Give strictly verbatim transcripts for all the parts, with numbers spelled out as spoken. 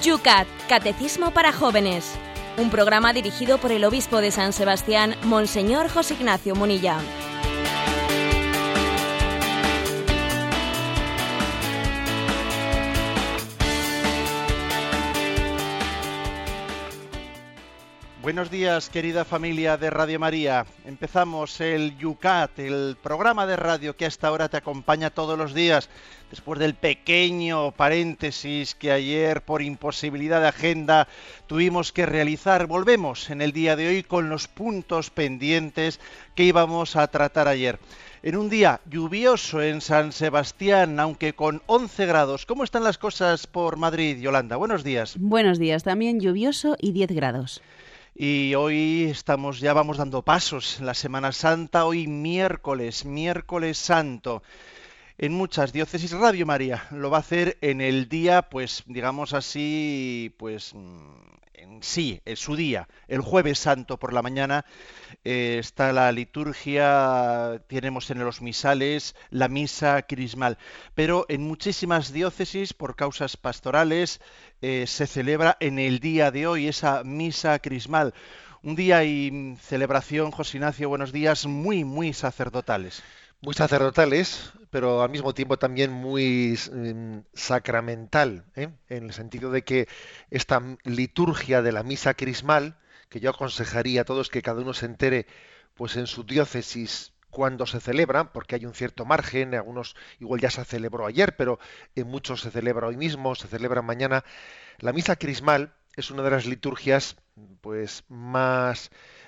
YUCAT, Catecismo para Jóvenes. Un programa dirigido por el obispo de San Sebastián, Monseñor José Ignacio Munilla. Buenos días, querida familia de Radio María. Empezamos el YUCAT, el programa de radio que hasta ahora te acompaña todos los días, después del pequeño paréntesis que ayer, por imposibilidad de agenda, tuvimos que realizar. Volvemos en el día de hoy con los puntos pendientes que íbamos a tratar ayer. En un día lluvioso en San Sebastián, aunque con once grados. ¿Cómo están las cosas por Madrid, Yolanda? Buenos días. Buenos días, también lluvioso y diez grados. Y hoy estamos, ya vamos dando pasos en la Semana Santa, hoy miércoles, miércoles santo. En muchas diócesis Radio María lo va a hacer en el día, pues digamos así, pues en sí, en su día, el jueves santo por la mañana. Eh, está la liturgia, tenemos en los misales la misa crismal, pero en muchísimas diócesis, por causas pastorales, eh, se celebra en el día de hoy esa misa crismal. Un día y celebración, José Ignacio, buenos días, muy, muy sacerdotales. Muy sacerdotales, pero al mismo tiempo también muy eh, sacramental, ¿eh? En el sentido de que esta liturgia de la misa crismal, que yo aconsejaría a todos que cada uno se entere pues en su diócesis cuando se celebra, porque hay un cierto margen, algunos igual ya se celebró ayer, pero en muchos se celebra hoy mismo, se celebra mañana. La misa crismal es una de las liturgias pues más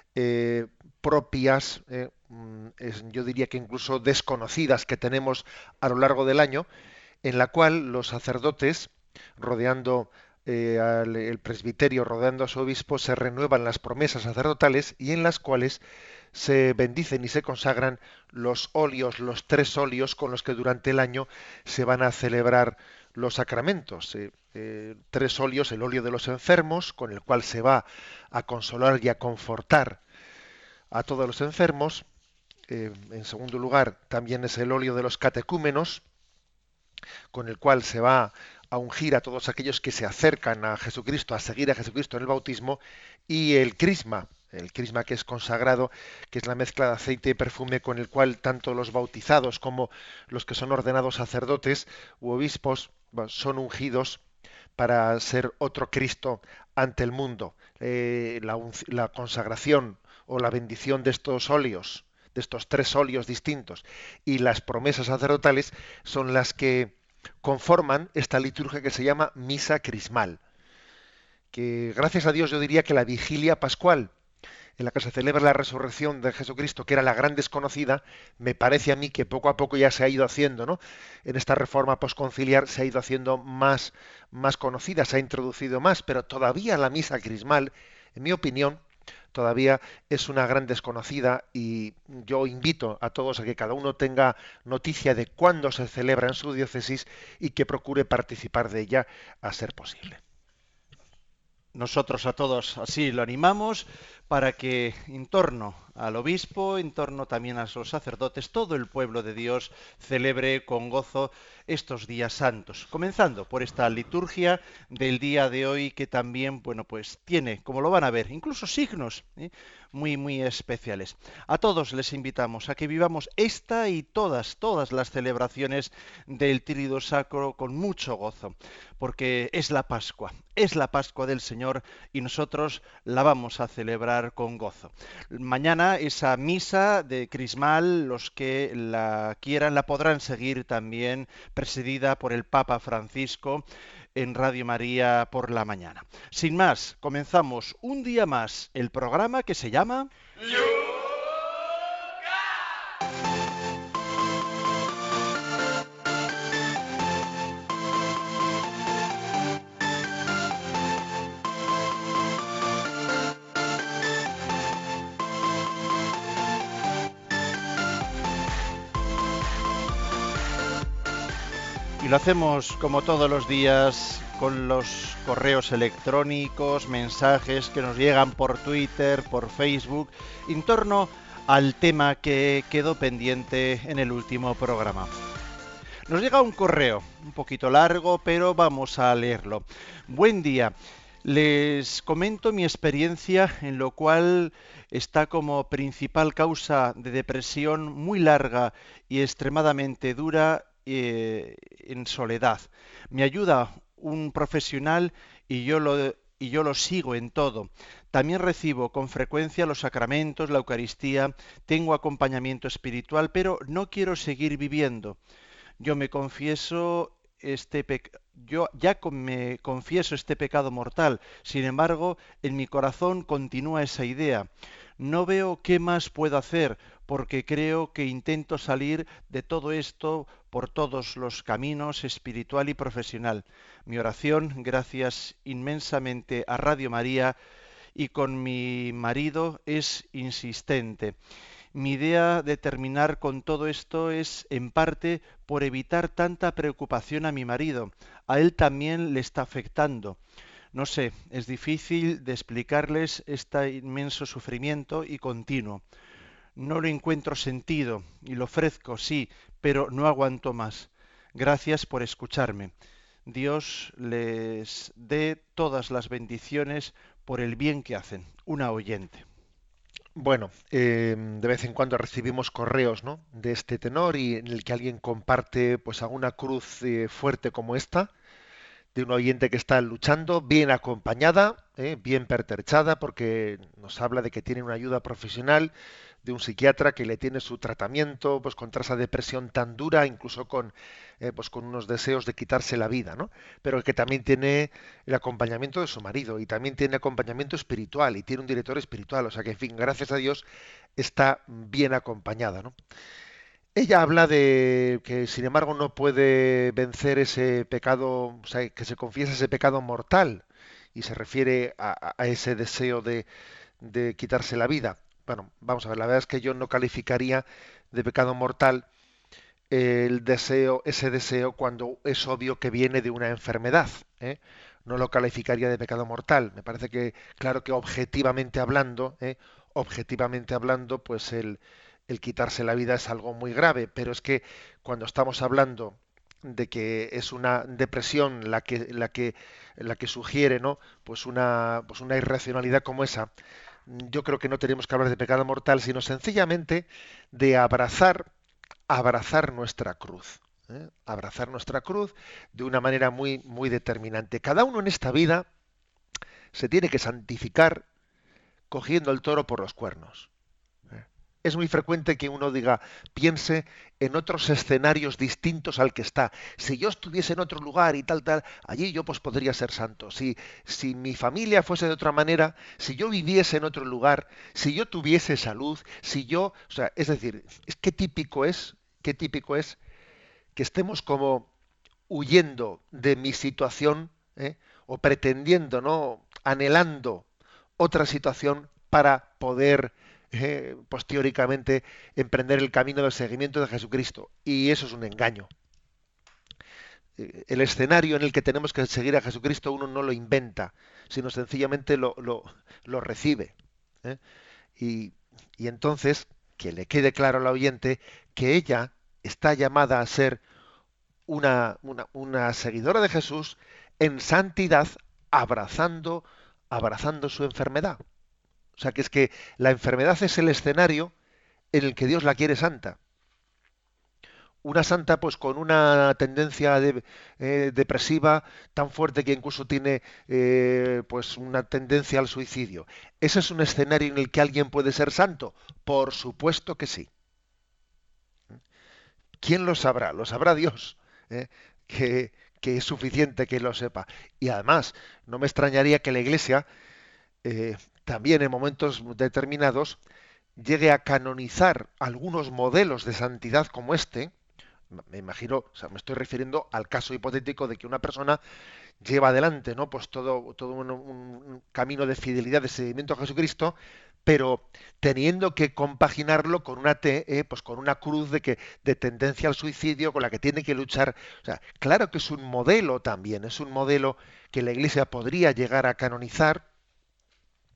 eh, propias, eh, es, yo diría que incluso desconocidas, que tenemos a lo largo del año, en la cual los sacerdotes, rodeando eh, al el presbiterio, rodeando a su obispo, se renuevan las promesas sacerdotales y en las cuales se bendicen y se consagran los óleos, los tres óleos con los que durante el año se van a celebrar los sacramentos. Eh, eh, tres óleos: el óleo de los enfermos, con el cual se va a consolar y a confortar a todos los enfermos. Eh, en segundo lugar, también es el óleo de los catecúmenos, con el cual se va a ungir a todos aquellos que se acercan a Jesucristo, a seguir a Jesucristo en el bautismo. Y el crisma, el crisma que es consagrado, que es la mezcla de aceite y perfume con el cual tanto los bautizados como los que son ordenados sacerdotes u obispos son ungidos para ser otro Cristo ante el mundo. Eh, la, la consagración o la bendición de estos óleos, de estos tres óleos distintos, y las promesas sacerdotales son las que conforman esta liturgia que se llama misa crismal, que gracias a Dios yo diría que la vigilia pascual, en la que se celebra la resurrección de Jesucristo, que era la gran desconocida, me parece a mí que poco a poco ya se ha ido haciendo, ¿no? En esta reforma posconciliar se ha ido haciendo más, más conocida, se ha introducido más, pero todavía la misa crismal, en mi opinión, todavía es una gran desconocida, y yo invito a todos a que cada uno tenga noticia de cuándo se celebra en su diócesis y que procure participar de ella a ser posible. Nosotros a todos así lo animamos para que en torno al obispo, en torno también a los sacerdotes, todo el pueblo de Dios celebre con gozo estos días santos, comenzando por esta liturgia del día de hoy, que también, bueno, pues tiene, como lo van a ver, incluso signos ¿eh? muy, muy especiales. A todos les invitamos a que vivamos esta y todas, todas las celebraciones del Tríduo Sacro con mucho gozo, porque es la Pascua, es la Pascua del Señor y nosotros la vamos a celebrar con gozo. Mañana esa misa de crismal, los que la quieran la podrán seguir también, presidida por el Papa Francisco en Radio María por la mañana. Sin más, comenzamos un día más el programa que se llama Y lo hacemos como todos los días con los correos electrónicos, mensajes que nos llegan por Twitter, por Facebook, en torno al tema que quedó pendiente en el último programa. Nos llega un correo, un poquito largo, pero vamos a leerlo. Buen día. Les comento mi experiencia en lo cual está como principal causa de depresión muy larga y extremadamente dura eh, en soledad. Me ayuda un profesional y yo lo, y yo lo sigo en todo. También recibo con frecuencia los sacramentos, la Eucaristía, tengo acompañamiento espiritual, pero no quiero seguir viviendo. Yo me confieso este pec- yo ya con- me confieso este pecado mortal. Sin embargo, en mi corazón continúa esa idea. No veo qué más puedo hacer, porque creo que intento salir de todo esto por todos los caminos espiritual y profesional. Mi oración, gracias inmensamente a Radio María y con mi marido, es insistente. Mi idea de terminar con todo esto es, en parte, por evitar tanta preocupación a mi marido. A él también le está afectando. No sé, es difícil de explicarles este inmenso sufrimiento y continuo. No lo encuentro sentido y lo ofrezco, sí, pero no aguanto más. Gracias por escucharme. Dios les dé todas las bendiciones por el bien que hacen. Una oyente. Bueno, eh, de vez en cuando recibimos correos, ¿no?, de este tenor y en el que alguien comparte pues alguna cruz eh, fuerte como esta, de un oyente que está luchando, bien acompañada, eh, bien pertrechada, porque nos habla de que tiene una ayuda profesional de un psiquiatra que le tiene su tratamiento, pues contra esa depresión tan dura, incluso con, eh, pues con unos deseos de quitarse la vida, ¿no? Pero que también tiene el acompañamiento de su marido y también tiene acompañamiento espiritual y tiene un director espiritual, o sea que, en fin, gracias a Dios está bien acompañada, ¿no? Ella habla de que, sin embargo, no puede vencer ese pecado, o sea, que se confiesa ese pecado mortal, y se refiere a, a ese deseo de, de quitarse la vida. Bueno, vamos a ver, la verdad es que yo no calificaría de pecado mortal el deseo, ese deseo cuando es obvio que viene de una enfermedad, ¿eh? No lo calificaría de pecado mortal. Me parece que, claro que objetivamente hablando, ¿eh? objetivamente hablando, pues el, el quitarse la vida es algo muy grave, pero es que cuando estamos hablando de que es una depresión la que, la que, la que sugiere, ¿no?, pues una, pues una irracionalidad como esa, yo creo que no tenemos que hablar de pecado mortal, sino sencillamente de abrazar abrazar nuestra cruz, ¿eh? Abrazar nuestra cruz de una manera muy, muy determinante. Cada uno en esta vida se tiene que santificar cogiendo el toro por los cuernos. ¿eh? Es muy frecuente que uno diga, piense en otros escenarios distintos al que está. Si yo estuviese en otro lugar y tal, tal, allí yo pues podría ser santo. Si, si mi familia fuese de otra manera, si yo viviese en otro lugar, si yo tuviese salud, si yo, o sea, es decir, es qué típico es, qué típico es que estemos como huyendo de mi situación, ¿eh? o pretendiendo, ¿no?, anhelando otra situación para poder eh, pues teóricamente emprender el camino del seguimiento de Jesucristo. Y eso es un engaño. Eh, El escenario en el que tenemos que seguir a Jesucristo uno no lo inventa, sino sencillamente lo, lo, lo recibe. ¿eh? Y, y entonces, que le quede claro al oyente que ella está llamada a ser una, una, una seguidora de Jesús en santidad, abrazando, abrazando su enfermedad. O sea que es que la enfermedad es el escenario en el que Dios la quiere santa. Una santa pues con una tendencia de- eh, depresiva tan fuerte que incluso tiene eh, pues una tendencia al suicidio. ¿Ese es un escenario en el que alguien puede ser santo? Por supuesto que sí. ¿Quién lo sabrá? Lo sabrá Dios, ¿eh? que, que es suficiente que lo sepa. Y además, no me extrañaría que la Iglesia eh, también en momentos determinados llegue a canonizar algunos modelos de santidad como este. Me imagino, o sea, me estoy refiriendo al caso hipotético de que una persona lleva adelante, ¿no?, pues todo, todo un, un camino de fidelidad, de seguimiento a Jesucristo, pero teniendo que compaginarlo con una te- eh, pues con una cruz de que de tendencia al suicidio con la que tiene que luchar. O sea, claro que es un modelo también, es un modelo que la Iglesia podría llegar a canonizar,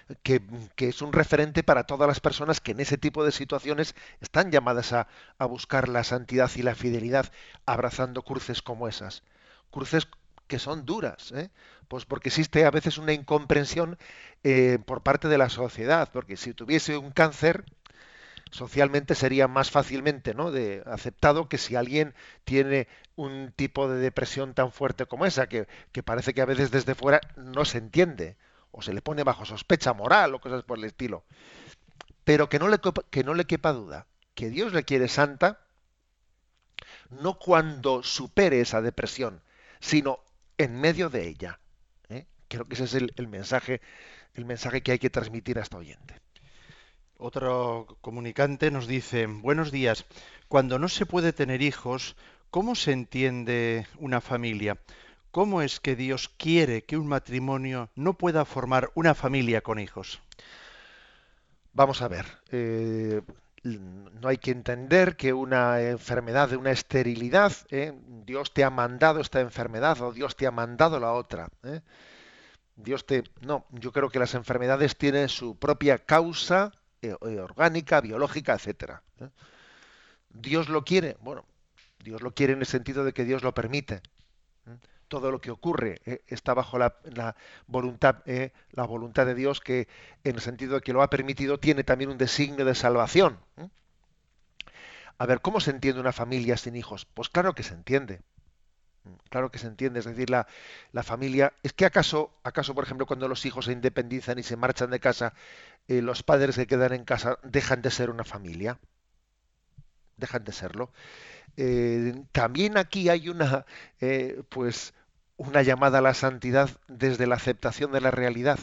que, que es un referente para todas las personas que en ese tipo de situaciones están llamadas a, a buscar la santidad y la fidelidad, abrazando cruces como esas. Cruces que son duras, ¿eh? Pues porque existe a veces una incomprensión eh, por parte de la sociedad, porque si tuviese un cáncer, socialmente sería más fácilmente, ¿no?, de, aceptado que si alguien tiene un tipo de depresión tan fuerte como esa, que, que parece que a veces desde fuera no se entiende, o se le pone bajo sospecha moral o cosas por el estilo. Pero que no le, copa- que no le quepa duda, que Dios le quiere santa, no cuando supere esa depresión, sino en medio de ella. ¿eh? Creo que ese es el, el mensaje, el mensaje que hay que transmitir a esta oyente. Otro comunicante nos dice, buenos días, cuando no se puede tener hijos, ¿cómo se entiende una familia? ¿Cómo es que Dios quiere que un matrimonio no pueda formar una familia con hijos? Vamos a ver, eh, no hay que entender que una enfermedad, una esterilidad, ¿eh? Dios te ha mandado esta enfermedad o Dios te ha mandado la otra. ¿eh? Dios te... No, yo creo que las enfermedades tienen su propia causa eh, eh, orgánica, biológica, etcétera. ¿eh? Dios lo quiere, bueno, Dios lo quiere en el sentido de que Dios lo permite. ¿eh? Todo lo que ocurre eh, está bajo la, la voluntad, eh, la voluntad de Dios, que en el sentido de que lo ha permitido tiene también un designio de salvación. ¿eh? A ver, ¿cómo se entiende una familia sin hijos? Pues claro que se entiende. Claro que se entiende, es decir, la, la familia. ¿Es que acaso, acaso, por ejemplo, cuando los hijos se independizan y se marchan de casa, eh, los padres que quedan en casa dejan de ser una familia? Dejan de serlo. Eh, también aquí hay una, eh, pues, una llamada a la santidad desde la aceptación de la realidad.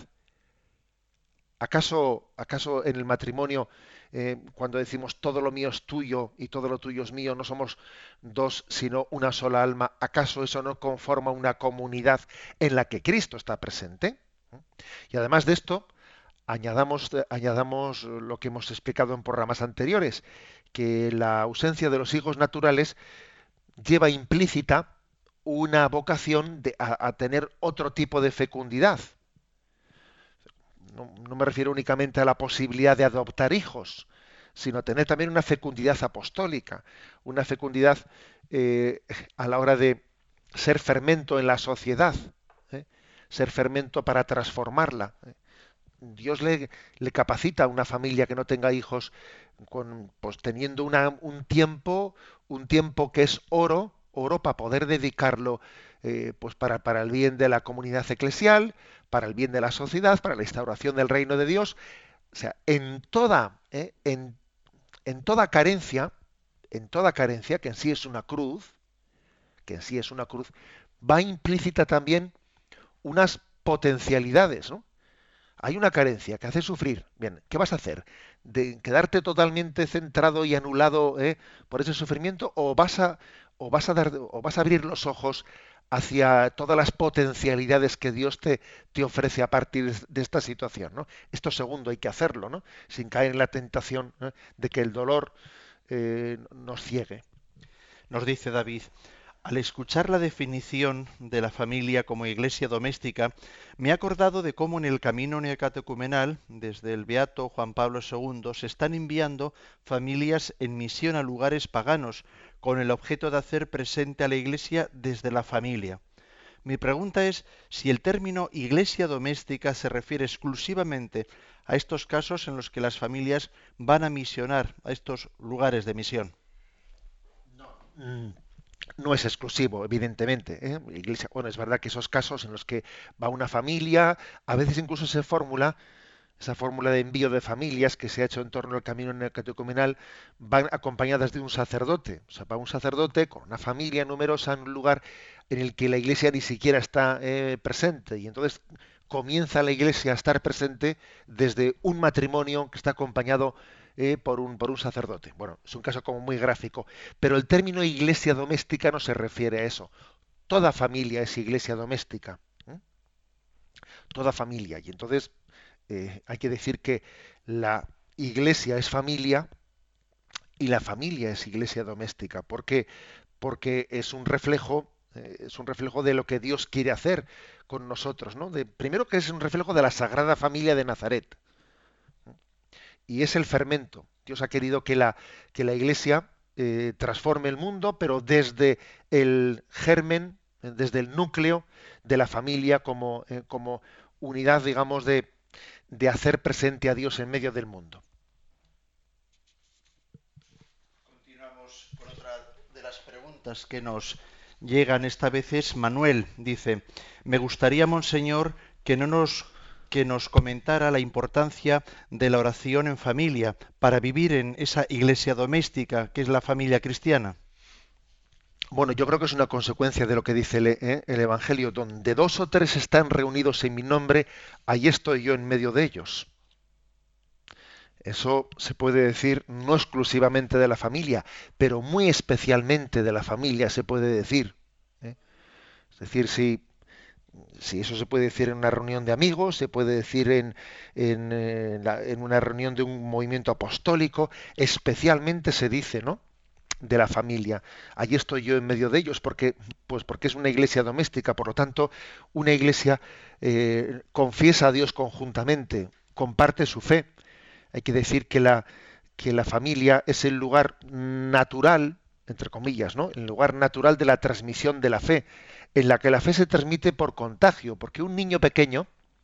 ¿Acaso, acaso en el matrimonio, eh, cuando decimos todo lo mío es tuyo y todo lo tuyo es mío, no somos dos, sino una sola alma? ¿Acaso eso no conforma una comunidad en la que Cristo está presente? Y además de esto, añadamos, añadamos lo que hemos explicado en programas anteriores, que la ausencia de los hijos naturales lleva implícita una vocación de- a, a tener otro tipo de fecundidad. No, no me refiero únicamente a la posibilidad de adoptar hijos, sino a tener también una fecundidad apostólica, una fecundidad eh, a la hora de ser fermento en la sociedad, ¿eh? Ser fermento para transformarla. ¿eh? Dios le, le capacita a una familia que no tenga hijos con, pues, teniendo una- un tiempo, un tiempo que es oro, oro para poder dedicarlo eh, pues para, para el bien de la comunidad eclesial, para el bien de la sociedad, para la instauración del reino de Dios. O sea, en toda, eh, en, en toda carencia, en toda carencia, que en sí es una cruz, que en sí es una cruz, va implícita también unas potencialidades, ¿no? Hay una carencia que hace sufrir. Bien, ¿qué vas a hacer? ¿De quedarte totalmente centrado y anulado eh, por ese sufrimiento, o vas a o vas a dar o vas a abrir los ojos hacia todas las potencialidades que Dios te, te ofrece a partir de esta situación, ¿no? Esto segundo hay que hacerlo, ¿no? Sin caer en la tentación, ¿eh? de que el dolor eh, nos ciegue. Nos dice David, al escuchar la definición de la familia como iglesia doméstica, me he acordado de cómo en el camino neocatecumenal, desde el Beato Juan Pablo segundo, se están enviando familias en misión a lugares paganos, con el objeto de hacer presente a la iglesia desde la familia. Mi pregunta es si el término iglesia doméstica se refiere exclusivamente a estos casos en los que las familias van a misionar a estos lugares de misión. Mm, No es exclusivo, evidentemente. ¿eh? Iglesia, bueno, es verdad que esos casos en los que va una familia, a veces incluso se fórmula, esa fórmula de envío de familias que se ha hecho en torno al camino neocatecumenal, van acompañadas de un sacerdote. O sea, va un sacerdote con una familia numerosa en un lugar en el que la iglesia ni siquiera está eh, presente. Y entonces comienza la iglesia a estar presente desde un matrimonio que está acompañado eh, por un, por un sacerdote. Bueno, es un caso como muy gráfico, pero el término iglesia doméstica no se refiere a eso. Toda familia es iglesia doméstica. ¿eh? Toda familia. Y entonces eh, hay que decir que la iglesia es familia y la familia es iglesia doméstica. ¿Por qué? Porque es un reflejo Eh, es un reflejo de lo que Dios quiere hacer con nosotros, ¿no? De, primero que es un reflejo de la Sagrada Familia de Nazaret. Y es el fermento. Dios ha querido que la, que la Iglesia eh, transforme el mundo, pero desde el germen, eh, desde el núcleo de la familia como, eh, como unidad, digamos, de, de hacer presente a Dios en medio del mundo. Continuamos con otra de las preguntas que nos llegan esta vez. Es Manuel, dice: me gustaría, monseñor, que no nos que nos comentara la importancia de la oración en familia para vivir en esa iglesia doméstica que es la familia cristiana. Bueno, yo creo que es una consecuencia de lo que dice el, eh, el Evangelio: donde dos o tres están reunidos en mi nombre, ahí estoy yo en medio de ellos. Eso se puede decir no exclusivamente de la familia, pero muy especialmente de la familia se puede decir. ¿eh? Es decir, si Si eso se puede decir en una reunión de amigos, se puede decir en, en, eh, la- en una reunión de un movimiento apostólico, especialmente se dice, ¿no? De la familia. Allí estoy yo en medio de ellos, porque, pues porque es una iglesia doméstica, por lo tanto, una iglesia eh, confiesa a Dios conjuntamente, comparte su fe. Hay que decir que la, que la familia es el lugar natural, entre comillas, ¿no? El lugar natural de la transmisión de la fe, en la que la fe se transmite por contagio, porque un niño pequeño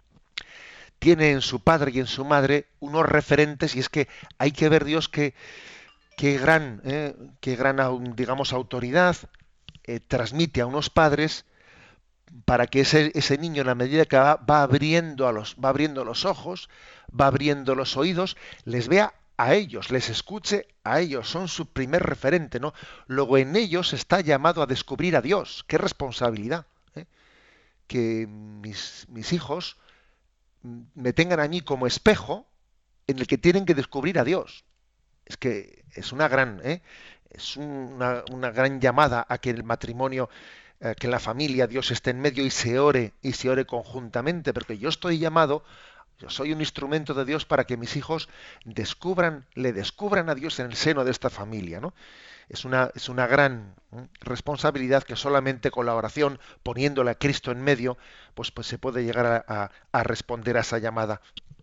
tiene en su padre y en su madre unos referentes, y es que hay que ver Dios que qué gran, eh, qué gran, au- digamos, autoridad eh, transmite a unos padres para que ese, ese niño, en la medida que va, va abriendo a los, va abriendo los ojos, va abriendo los oídos, les vea a ellos, les escuche a ellos, son su primer referente, ¿no? Luego en ellos está llamado a descubrir a Dios. ¡Qué responsabilidad! ¿eh? Que mis, mis hijos mm, me tengan a mí como espejo en el que tienen que descubrir a Dios. Es que es una gran, ¿eh? es una, una gran llamada a que el matrimonio, eh, que en la familia Dios esté en medio y se ore, y se ore conjuntamente, porque yo estoy llamado, yo soy un instrumento de Dios para que mis hijos descubran, le descubran a Dios en el seno de esta familia, ¿no? Es una, es una gran ¿eh? responsabilidad que solamente con la oración, poniéndole a Cristo en medio, pues, pues se puede llegar a, a- a responder a esa llamada.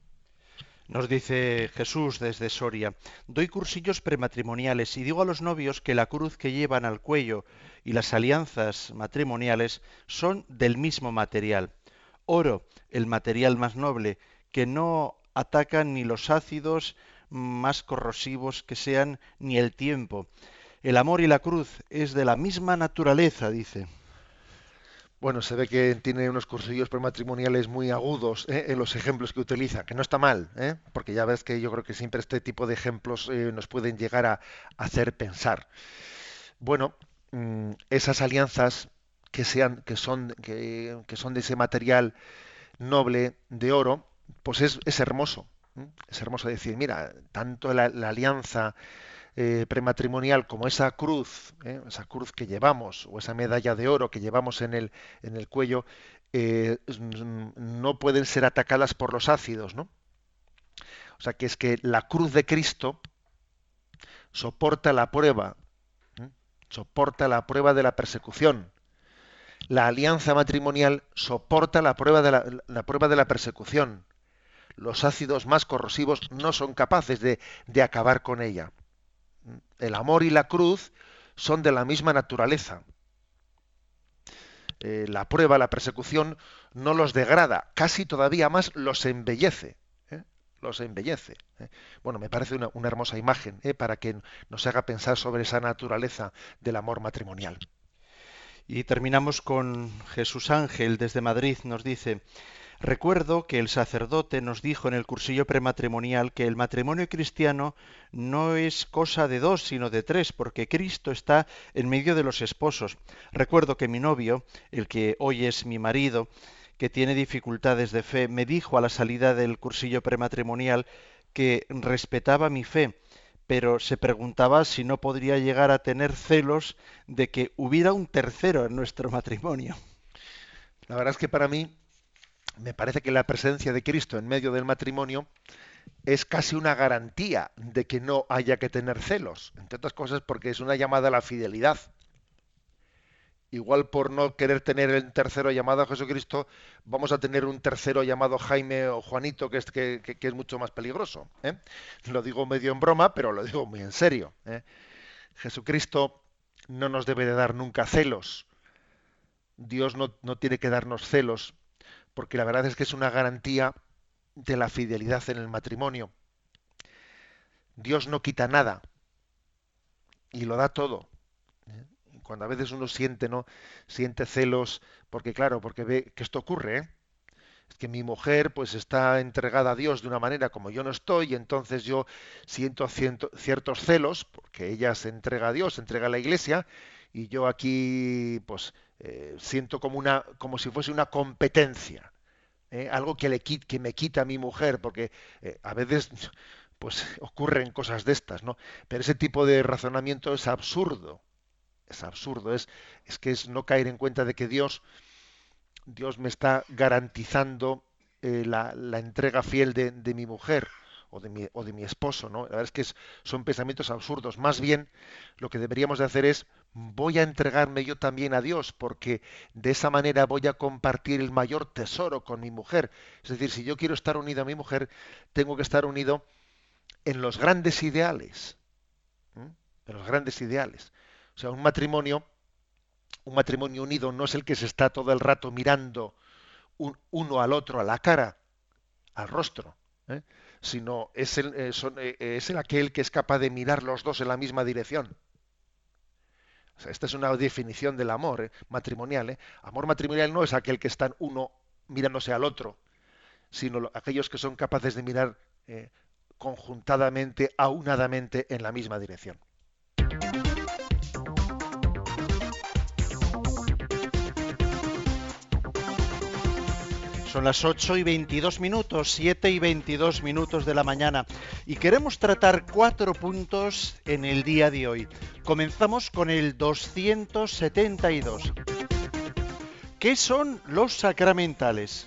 Nos dice Jesús desde Soria: doy cursillos prematrimoniales y digo a los novios que la cruz que llevan al cuello y las alianzas matrimoniales son del mismo material. Oro, el material más noble, que no atacan ni los ácidos más corrosivos que sean, ni el tiempo. El amor y la cruz es de la misma naturaleza, dice. Bueno, se ve que tiene unos cursillos prematrimoniales muy agudos, ¿eh? En los ejemplos que utiliza, que no está mal, ¿eh? Porque ya ves que yo creo que siempre este tipo de ejemplos eh, nos pueden llegar a, a hacer pensar. Bueno, mm, esas alianzas que sean, que son, que, que son de ese material noble de oro, pues es, es hermoso. ¿eh? Es hermoso decir, mira, tanto la, la alianza eh, prematrimonial como esa cruz, ¿eh? esa cruz que llevamos, o esa medalla de oro que llevamos en el, en el cuello, eh, n- no pueden ser atacadas por los ácidos, ¿no? O sea que es que la cruz de Cristo soporta la prueba, ¿eh? soporta la prueba de la persecución. La alianza matrimonial soporta la prueba de la, la prueba de la persecución. Los ácidos más corrosivos no son capaces de, de acabar con ella. El amor y la cruz son de la misma naturaleza. Eh, la prueba, la persecución, no los degrada, casi todavía más los embellece. ¿eh? Los embellece. ¿eh? Bueno, me parece una, una hermosa imagen ¿eh? para que nos haga pensar sobre esa naturaleza del amor matrimonial. Y terminamos con Jesús Ángel desde Madrid. Nos dice: recuerdo que el sacerdote nos dijo en el cursillo prematrimonial que el matrimonio cristiano no es cosa de dos, sino de tres, porque Cristo está en medio de los esposos. Recuerdo que mi novio, el que hoy es mi marido, que tiene dificultades de fe, me dijo a la salida del cursillo prematrimonial que respetaba mi fe, pero se preguntaba si no podría llegar a tener celos de que hubiera un tercero en nuestro matrimonio. La verdad es que para mí me parece que la presencia de Cristo en medio del matrimonio es casi una garantía de que no haya que tener celos, entre otras cosas porque es una llamada a la fidelidad. igual por no querer tener el tercero llamado a Jesucristo, vamos a tener un tercero llamado Jaime o Juanito, que es, que, que- que es mucho más peligroso. ¿eh? Lo digo medio en broma, pero lo digo muy en serio. ¿eh? Jesucristo no nos debe de dar nunca celos. Dios no, no tiene que darnos celos, porque la verdad es que es una garantía de la fidelidad en el matrimonio. Dios no quita nada y lo da todo. ¿eh? Y cuando a veces uno siente, ¿no? Siente celos, porque claro, porque ve que esto ocurre, ¿eh? Es que mi mujer pues está entregada a Dios de una manera como yo no estoy, y entonces yo siento ciento- ciertos celos, porque ella se entrega a Dios, se entrega a la Iglesia, y yo aquí pues eh, siento como una, como si fuese una competencia, ¿eh? Algo que le qui- que me quita a mi mujer, porque eh, a veces pues ocurren cosas de estas, ¿no? Pero ese tipo de razonamiento es absurdo, es absurdo, es, es que es no caer en cuenta de que Dios Dios me está garantizando eh, la, la entrega fiel de, de mi mujer o de mi, o de mi esposo, ¿no? La verdad es que es- son pensamientos absurdos. Más bien, lo que deberíamos de hacer es, voy a entregarme yo también a Dios, porque de esa manera voy a compartir el mayor tesoro con mi mujer. Es decir, si yo quiero estar unido a mi mujer, tengo que estar unido en los grandes ideales, ¿m? En los grandes ideales. O sea, un matrimonio, un matrimonio unido no es el que se está todo el rato mirando un- uno al otro a la cara, al rostro, ¿eh? Sino es el, eh, son- eh, es el aquel que es capaz de mirar los dos en la misma dirección. O sea, esta es una definición del amor, ¿eh? matrimonial. ¿eh? Amor matrimonial no es aquel que están uno mirándose al otro, sino lo- aquellos que son capaces de mirar eh, conjuntadamente, aunadamente en la misma dirección. Son las ocho y veintidós minutos, siete y veintidós minutos de la mañana, y queremos tratar cuatro puntos en el día de hoy. Comenzamos con el doscientos setenta y dos. ¿Qué son los sacramentales?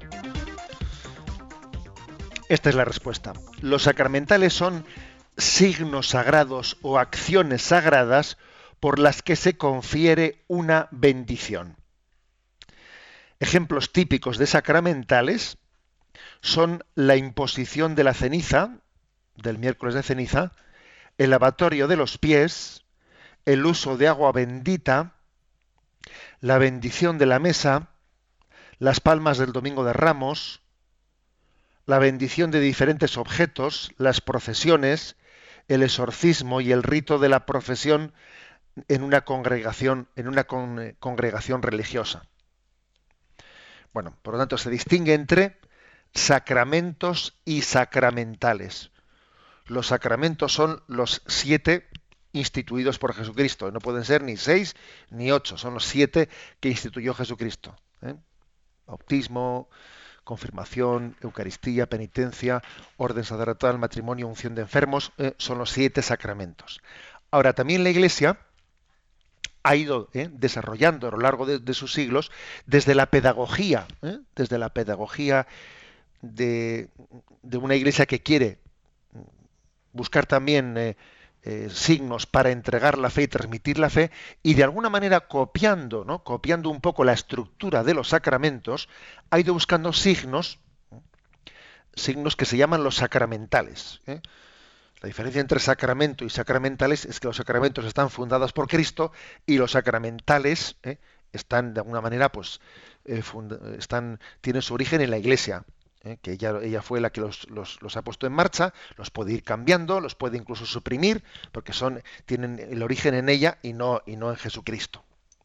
Esta es la respuesta. Los sacramentales son signos sagrados o acciones sagradas por las que se confiere una bendición. Ejemplos típicos de sacramentales son la imposición de la ceniza, del miércoles de ceniza, el lavatorio de los pies, el uso de agua bendita, la bendición de la mesa, las palmas del Domingo de Ramos, la bendición de diferentes objetos, las procesiones, el exorcismo y el rito de la profesión en una congregación, en una con- eh, congregación religiosa. Bueno, por lo tanto, se distingue entre sacramentos y sacramentales. Los sacramentos son los siete instituidos por Jesucristo. No pueden ser ni seis ni ocho, son los siete que instituyó Jesucristo. ¿eh? Bautismo, confirmación, Eucaristía, penitencia, orden sacerdotal, matrimonio, unción de enfermos, eh, son los siete sacramentos. Ahora, también la Iglesia ha ido eh, desarrollando a lo largo de, de sus siglos desde la pedagogía, ¿eh? desde la pedagogía de, de una Iglesia que quiere buscar también eh, eh, signos para entregar la fe y transmitir la fe, y de alguna manera copiando, ¿no? copiando un poco la estructura de los sacramentos, ha ido buscando signos, ¿eh? signos que se llaman los sacramentales. ¿eh? La diferencia entre sacramento y sacramentales es que los sacramentos están fundados por Cristo y los sacramentales ¿eh? están de alguna manera, pues, eh, funda- están, tienen su origen en la Iglesia. ¿eh? Que ella, ella fue la que los, los- los ha puesto en marcha, los puede ir cambiando, los puede incluso suprimir, porque son, tienen el origen en ella y no, y no en Jesucristo.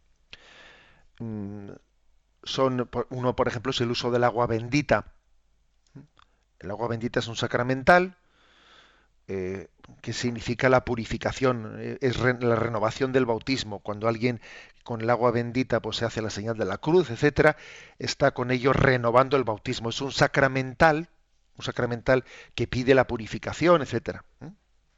Mm, son, por- uno, por ejemplo, es el uso del agua bendita. El agua bendita es un sacramental eh, que significa la purificación, eh, es re- la renovación del bautismo. Cuando alguien con el agua bendita pues se hace la señal de la cruz, etcétera, está con ello renovando el bautismo. Es un sacramental, un sacramental que pide la purificación, etcétera. ¿eh?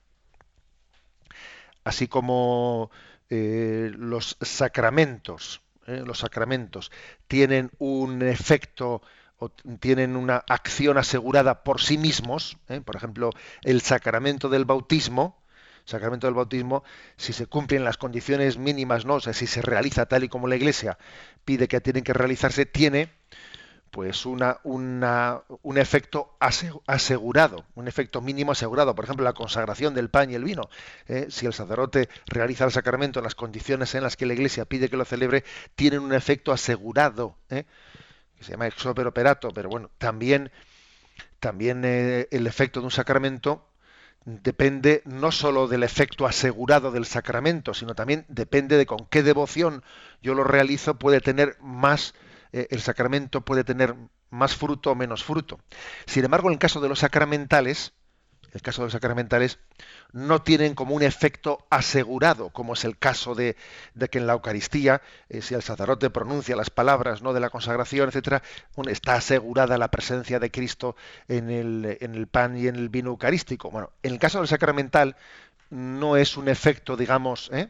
Así como eh, los sacramentos, ¿eh? los sacramentos tienen un efecto o t- tienen una acción asegurada por sí mismos, ¿eh? Por ejemplo, el sacramento del bautismo El sacramento del bautismo, si se cumplen las condiciones mínimas, ¿no? O sea, si se realiza tal y como la Iglesia pide que tienen que realizarse, tiene pues una, una, un efecto asegurado, un efecto mínimo asegurado. Por ejemplo, la consagración del pan y el vino. ¿eh? Si el sacerdote realiza el sacramento en las condiciones en las que la Iglesia pide que lo celebre, tienen un efecto asegurado, ¿eh? que se llama ex opere operato, pero bueno, también, también eh, el efecto de un sacramento depende no sólo del efecto asegurado del sacramento, sino también depende de con qué devoción yo lo realizo, puede tener más eh, el sacramento puede tener más fruto o menos fruto. Sin embargo, en el caso de los sacramentales, el caso de los sacramentales no tienen como un efecto asegurado, como es el caso de, de que en la Eucaristía, eh, si el sacerdote pronuncia las palabras, ¿no?, de la consagración, etcétera, bueno, está asegurada la presencia de Cristo en el, en el pan y en el vino eucarístico. Bueno, en el caso del sacramental no es un efecto, digamos, ¿eh?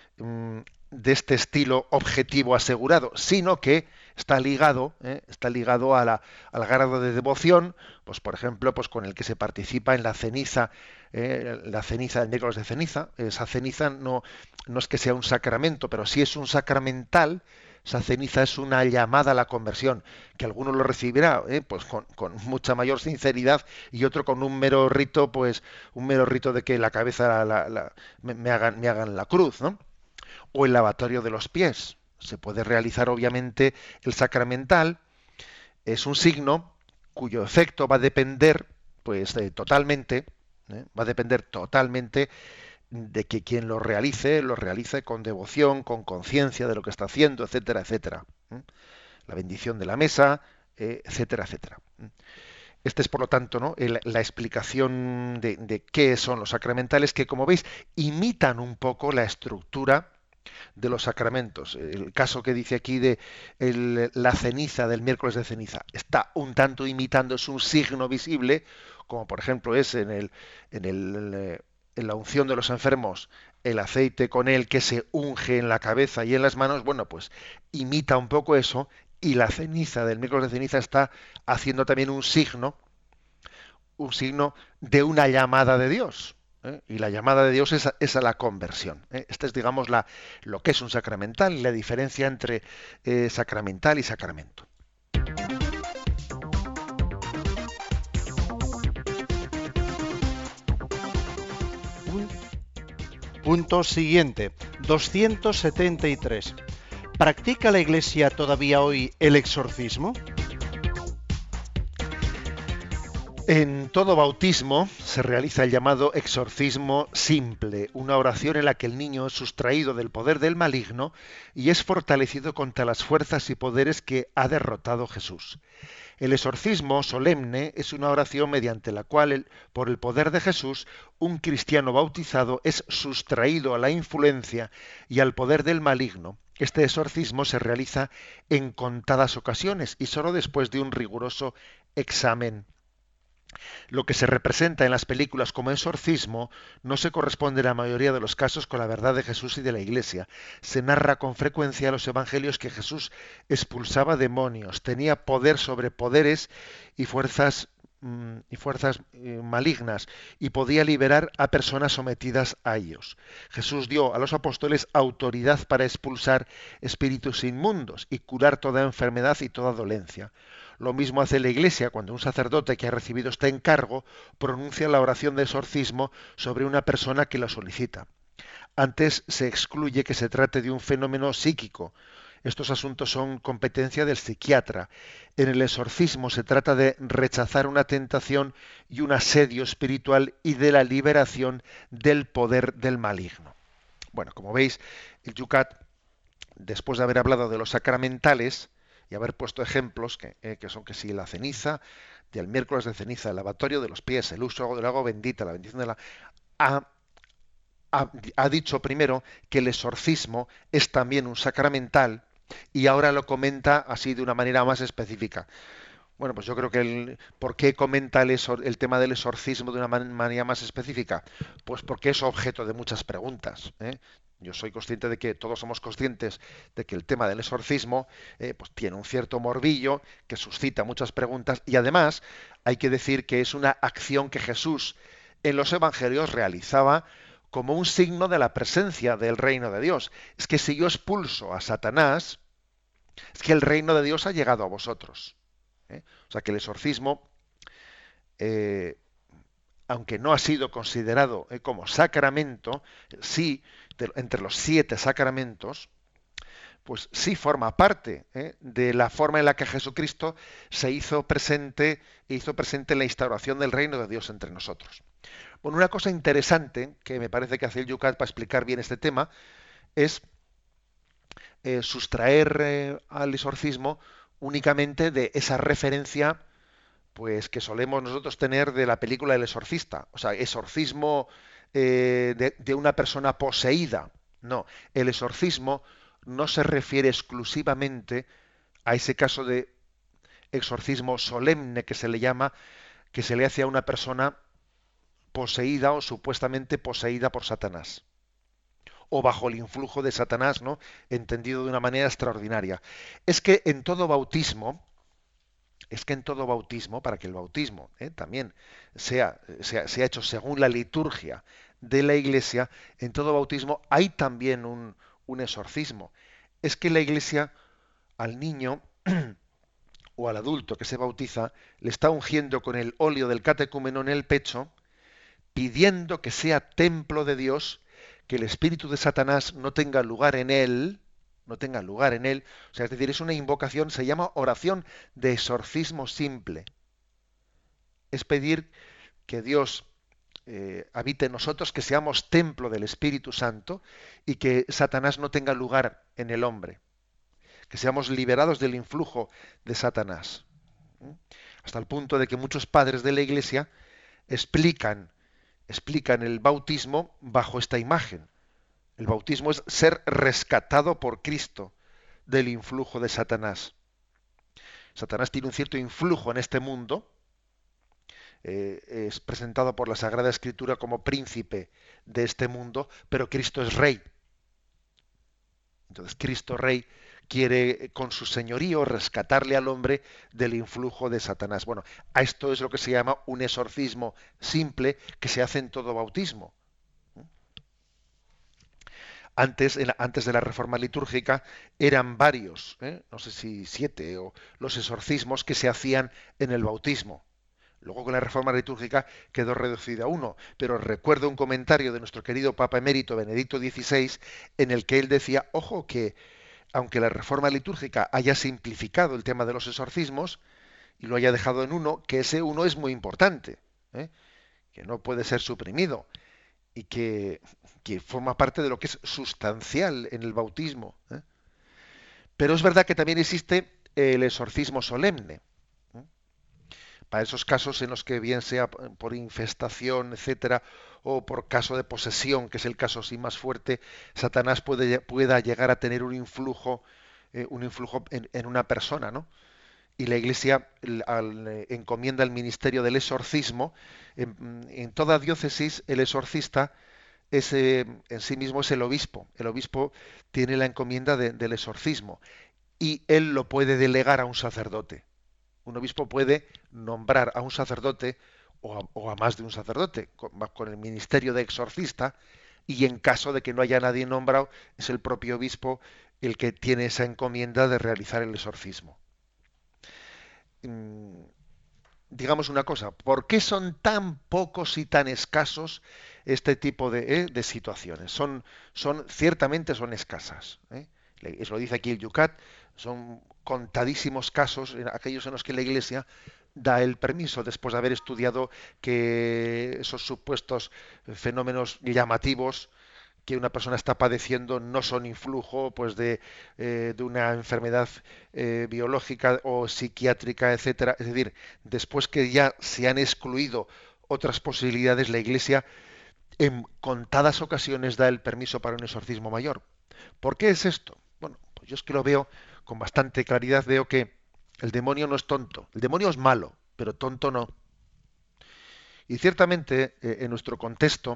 de este estilo objetivo asegurado, sino que está ligado, ¿eh? está ligado a la, al grado de devoción, pues por ejemplo, pues con el que se participa en la ceniza, eh, la ceniza del miércoles de ceniza. Esa ceniza no, no es que sea un sacramento, pero sí es un sacramental. Esa ceniza es una llamada a la conversión, que alguno lo recibirá ¿eh? pues con, con mucha mayor sinceridad y otro con un mero rito, pues un mero rito de que la cabeza la, la, me, me hagan, me hagan la cruz, ¿no? O el lavatorio de los pies. Se puede realizar, obviamente, el sacramental. Es un signo cuyo efecto va a depender, pues, eh, totalmente, ¿eh? va a depender totalmente de que quien lo realice, lo realice con devoción, con conciencia de lo que está haciendo, etcétera, etcétera. ¿eh? La bendición de la mesa, eh, etcétera, etcétera. Este es, por lo tanto, ¿no?, el, la explicación de, de qué son los sacramentales, que, como veis, imitan un poco la estructura de los sacramentos. El caso que dice aquí de el, la ceniza del miércoles de ceniza está un tanto imitando, es un signo visible, como por ejemplo es en el en el en la unción de los enfermos, el aceite con el que se unge en la cabeza y en las manos. Bueno, pues imita un poco eso, y la ceniza del miércoles de ceniza está haciendo también un signo, un signo de una llamada de Dios. ¿Eh? Y la llamada de Dios es a, es a la conversión. ¿eh? Esta es, digamos, la, lo que es un sacramental y la diferencia entre eh, sacramental y sacramento. Punto siguiente, doscientos setenta y tres. ¿Practica la Iglesia todavía hoy el exorcismo? En todo bautismo se realiza el llamado exorcismo simple, una oración en la que el niño es sustraído del poder del maligno y es fortalecido contra las fuerzas y poderes que ha derrotado Jesús. El exorcismo solemne es una oración mediante la cual, el, por el poder de Jesús, un cristiano bautizado es sustraído a la influencia y al poder del maligno. Este exorcismo se realiza en contadas ocasiones y solo después de un riguroso examen. Lo que se representa en las películas como exorcismo no se corresponde en la mayoría de los casos con la verdad de Jesús y de la Iglesia. Se narra con frecuencia en los evangelios que Jesús expulsaba demonios, tenía poder sobre poderes y fuerzas mm, y fuerzas eh, malignas, y podía liberar a personas sometidas a ellos. Jesús dio a los apóstoles autoridad para expulsar espíritus inmundos y curar toda enfermedad y toda dolencia. Lo mismo hace la Iglesia cuando un sacerdote que ha recibido este encargo pronuncia la oración de exorcismo sobre una persona que la solicita. Antes se excluye que se trate de un fenómeno psíquico. Estos asuntos son competencia del psiquiatra. En el exorcismo se trata de rechazar una tentación y un asedio espiritual y de la liberación del poder del maligno. Bueno, como veis, el Yucat, después de haber hablado de los sacramentales y haber puesto ejemplos que, eh, que son que si la ceniza, del miércoles de ceniza, el lavatorio de los pies, el uso del agua bendita, la bendición de la... Ha, ha, ha dicho primero que el exorcismo es también un sacramental y ahora lo comenta así de una manera más específica. Bueno, pues yo creo que el, ¿por qué comenta el, exor, el tema del exorcismo de una man, manera más específica? Pues porque es objeto de muchas preguntas, ¿eh? Yo soy consciente de que todos somos conscientes de que el tema del exorcismo eh, pues tiene un cierto morbillo que suscita muchas preguntas, y además hay que decir que es una acción que Jesús en los evangelios realizaba como un signo de la presencia del reino de Dios. Es que si yo expulso a Satanás, es que el reino de Dios ha llegado a vosotros. ¿eh? O sea que el exorcismo, eh, aunque no ha sido considerado eh, como sacramento, sí, de, entre los siete sacramentos, pues sí forma parte ¿eh? de la forma en la que Jesucristo se hizo presente, hizo presente la instauración del reino de Dios entre nosotros. Bueno, una cosa interesante que me parece que hace el Yucat para explicar bien este tema es eh, sustraer eh, al exorcismo únicamente de esa referencia pues que solemos nosotros tener de la película El Exorcista, o sea, exorcismo eh, de, de una persona poseída. No, el exorcismo no se refiere exclusivamente a ese caso de exorcismo solemne que se le llama, que se le hace a una persona poseída o supuestamente poseída por Satanás, o bajo el influjo de Satanás, ¿no? Entendido de una manera extraordinaria. Es que en todo bautismo, es que en todo bautismo, para que el bautismo ¿eh? también sea, sea, sea hecho según la liturgia de la Iglesia, en todo bautismo hay también un, un exorcismo. Es que la Iglesia al niño o al adulto que se bautiza le está ungiendo con el óleo del catecúmeno en el pecho, pidiendo que sea templo de Dios, que el espíritu de Satanás no tenga lugar en él, no tenga lugar en él. O sea, es decir, es una invocación, se llama oración de exorcismo simple. Es pedir que Dios eh, habite en nosotros, que seamos templo del Espíritu Santo y que Satanás no tenga lugar en el hombre. Que seamos liberados del influjo de Satanás. ¿Mm? Hasta el punto de que muchos padres de la Iglesia explican, explican el bautismo bajo esta imagen. El bautismo es ser rescatado por Cristo del influjo de Satanás. Satanás tiene un cierto influjo en este mundo, eh, es presentado por la Sagrada Escritura como príncipe de este mundo, pero Cristo es rey. Entonces Cristo rey quiere con su señorío rescatarle al hombre del influjo de Satanás. Bueno, a esto es lo que se llama un exorcismo simple que se hace en todo bautismo. Antes, en la, antes de la reforma litúrgica eran varios, ¿eh? no sé si siete, o los exorcismos que se hacían en el bautismo. Luego con la reforma litúrgica quedó reducido a uno, pero recuerdo un comentario de nuestro querido Papa Emérito Benedicto dieciséis en el que él decía, ojo, que aunque la reforma litúrgica haya simplificado el tema de los exorcismos y lo haya dejado en uno, que ese uno es muy importante, ¿eh? que no puede ser suprimido y que, que forma parte de lo que es sustancial en el bautismo. ¿eh? Pero es verdad que también existe el exorcismo solemne. ¿eh? Para esos casos en los que bien sea por infestación, etcétera, o por caso de posesión, que es el caso así más fuerte, Satanás puede, pueda llegar a tener un influjo, eh, un influjo en, en una persona, ¿no? Y la Iglesia al, al, eh, encomienda el ministerio del exorcismo. En, en toda diócesis el exorcista es, eh, en sí mismo es el obispo. El obispo tiene la encomienda de, del exorcismo y él lo puede delegar a un sacerdote. Un obispo puede nombrar a un sacerdote o a, o a más de un sacerdote con, con el ministerio de exorcista, y en caso de que no haya nadie nombrado, es el propio obispo el que tiene esa encomienda de realizar el exorcismo. Digamos una cosa, ¿por qué son tan pocos y tan escasos este tipo de, eh, de situaciones? Son, son, ciertamente son escasas. ¿eh? Eso lo dice aquí el Yucat, son contadísimos casos, aquellos en los que la Iglesia da el permiso, después de haber estudiado que esos supuestos fenómenos llamativos que una persona está padeciendo no son influjo pues de, eh, de una enfermedad eh, biológica o psiquiátrica, etcétera. Es decir, después que ya se han excluido otras posibilidades, la Iglesia en contadas ocasiones da el permiso para un exorcismo mayor. ¿Por qué es esto? Bueno, pues yo es que lo veo con bastante claridad, veo que el demonio no es tonto, el demonio es malo, pero tonto no. Y ciertamente eh, en nuestro contexto,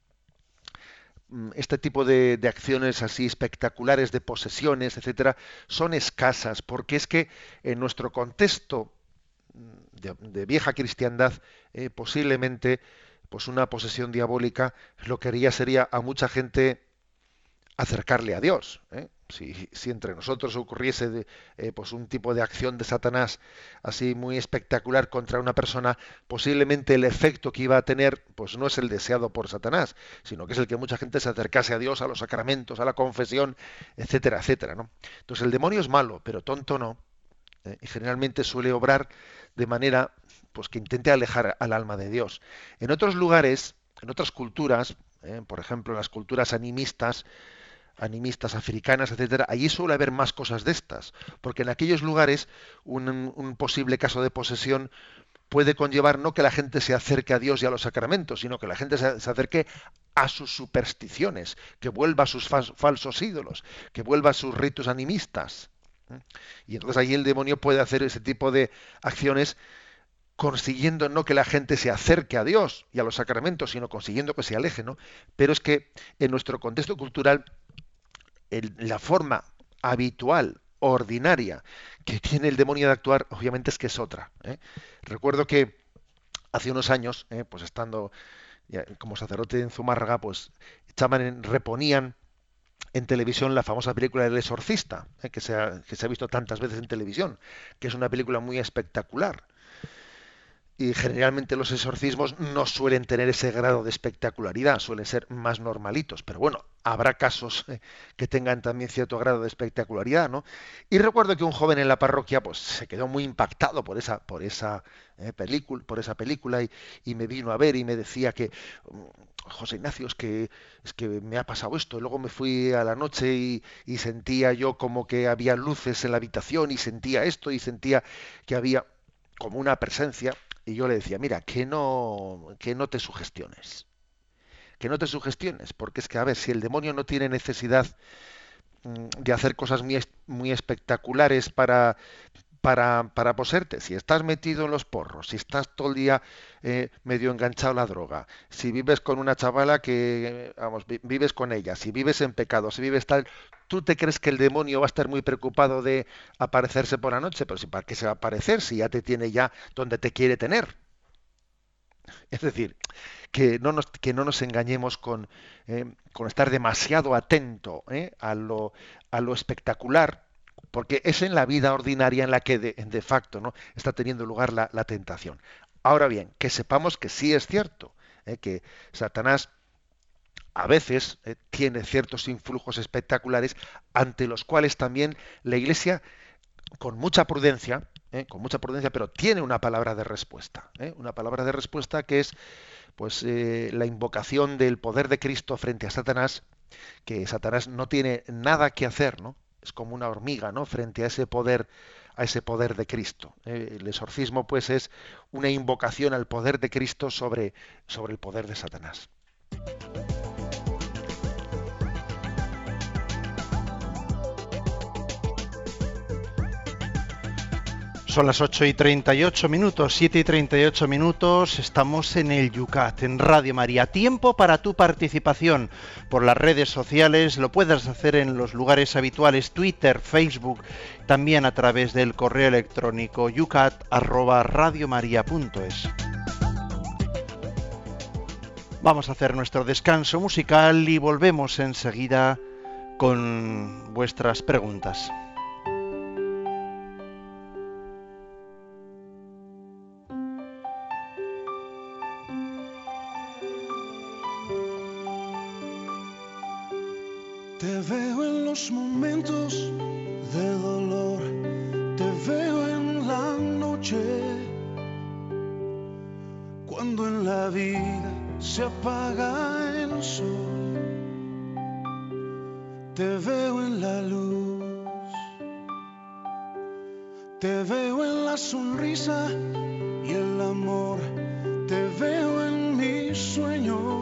este tipo de, de acciones así espectaculares, de posesiones, etcétera, son escasas, porque es que en nuestro contexto de, de vieja cristiandad, eh, posiblemente pues una posesión diabólica lo que haría sería a mucha gente acercarle a Dios, ¿eh? Si, si entre nosotros ocurriese de, eh, pues un tipo de acción de Satanás así muy espectacular contra una persona, posiblemente el efecto que iba a tener pues no es el deseado por Satanás, sino que es el que mucha gente se acercase a Dios, a los sacramentos, a la confesión, etcétera, etcétera, ¿no? Entonces el demonio es malo, pero tonto no, ¿eh? Y generalmente suele obrar de manera pues que intente alejar al alma de Dios. En otros lugares, en otras culturas, ¿eh? Por ejemplo, en las culturas animistas, animistas africanas, etcétera, allí suele haber más cosas de estas, porque en aquellos lugares un, un posible caso de posesión puede conllevar no que la gente se acerque a Dios y a los sacramentos, sino que la gente se, se acerque a sus supersticiones, que vuelva a sus fal, falsos ídolos, que vuelva a sus ritos animistas. Y entonces allí el demonio puede hacer ese tipo de acciones consiguiendo no que la gente se acerque a Dios y a los sacramentos, sino consiguiendo que se aleje, ¿no? Pero es que en nuestro contexto cultural el, la forma habitual, ordinaria, que tiene el demonio de actuar, obviamente es que es otra, ¿eh? Recuerdo que hace unos años, ¿eh? pues estando ya como sacerdote en Zumárraga, pues echaban en, reponían en televisión la famosa película El Exorcista, ¿eh? que, se ha, que se ha visto tantas veces en televisión, que es una película muy espectacular. Y generalmente los exorcismos no suelen tener ese grado de espectacularidad, suelen ser más normalitos, pero bueno, habrá casos eh, que tengan también cierto grado de espectacularidad, ¿no? Y recuerdo que un joven en la parroquia pues se quedó muy impactado por esa por esa eh, película, por esa película y, y me vino a ver y me decía que José Ignacio, es que es que me ha pasado esto. Luego me fui a la noche y, y sentía yo como que había luces en la habitación y sentía esto y sentía que había como una presencia. Y yo le decía, mira, que no, que no te sugestiones, que no te sugestiones, porque es que, a ver, si el demonio no tiene necesidad mm, de hacer cosas muy, muy espectaculares para, para, para poseerte, si estás metido en los porros, si estás todo el día eh, medio enganchado a la droga, si vives con una chavala que, vamos, vi, vives con ella, si vives en pecado, si vives tal... ¿Tú te crees que el demonio va a estar muy preocupado de aparecerse por la noche? Pero si, ¿para qué se va a aparecer si ya te tiene ya donde te quiere tener? Es decir, que no nos, que no nos engañemos con, eh, con estar demasiado atento eh, a, lo, a lo espectacular, porque es en la vida ordinaria en la que de, de facto, ¿no?, está teniendo lugar la, la tentación. Ahora bien, que sepamos que sí es cierto, eh, que Satanás a veces eh, tiene ciertos influjos espectaculares ante los cuales también la Iglesia, con mucha prudencia, eh, con mucha prudencia, pero tiene una palabra de respuesta, eh, una palabra de respuesta que es, pues, eh, la invocación del poder de Cristo frente a Satanás, que Satanás no tiene nada que hacer, ¿no? Es como una hormiga, ¿no?, frente a ese poder, a ese poder de Cristo. Eh, el exorcismo, pues, es una invocación al poder de Cristo sobre, sobre el poder de Satanás. Son las ocho y treinta y ocho minutos, siete y treinta y ocho minutos, estamos en el Yucat, en Radio María. Tiempo para tu participación por las redes sociales, lo puedes hacer en los lugares habituales, Twitter, Facebook, también a través del correo electrónico yucat arroba radiomaria punto es. Vamos a hacer nuestro descanso musical y volvemos enseguida con vuestras preguntas. Te veo en los momentos de dolor, te veo en la noche, cuando en la vida se apaga el sol. Te veo en la luz, te veo en la sonrisa y el amor, te veo en mis sueños.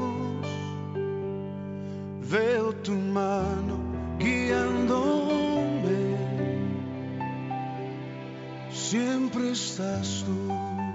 Veo tu mano guiándome, siempre estás tú.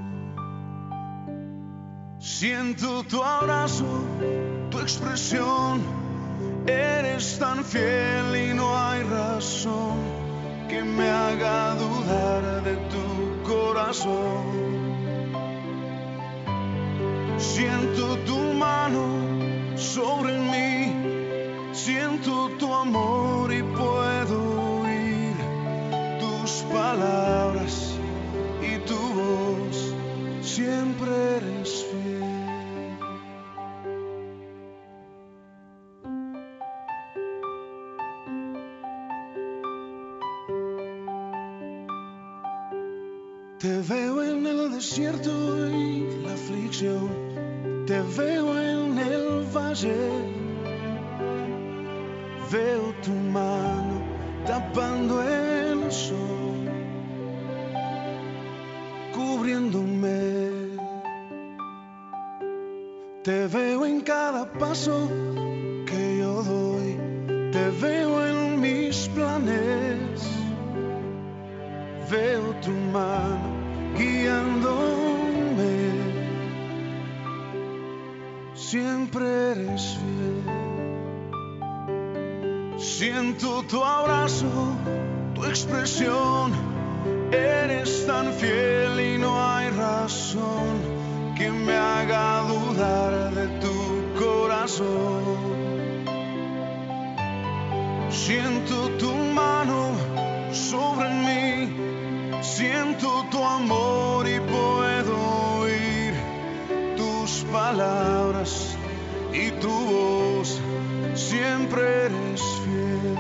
Siento tu abrazo, tu expresión, eres tan fiel y no hay razón que me haga dudar de tu corazón. Siento tu mano sobre mí, siento tu amor y puedo oír tus palabras y tu voz, siempre eres fiel. Te veo en el desierto y la aflicción, te veo en el valle, veo tu mano tapando el sol, cubriéndome. Te veo en cada paso que yo doy, te veo en mis planes, veo tu mano guiándome, siempre eres fiel. Siento tu abrazo, tu expresión, eres tan fiel y no hay razón que me haga dudar de tu corazón. Siento tu mano sobre mí, siento tu amor y puedo oír tus palabras y tu voz, siempre eres fiel.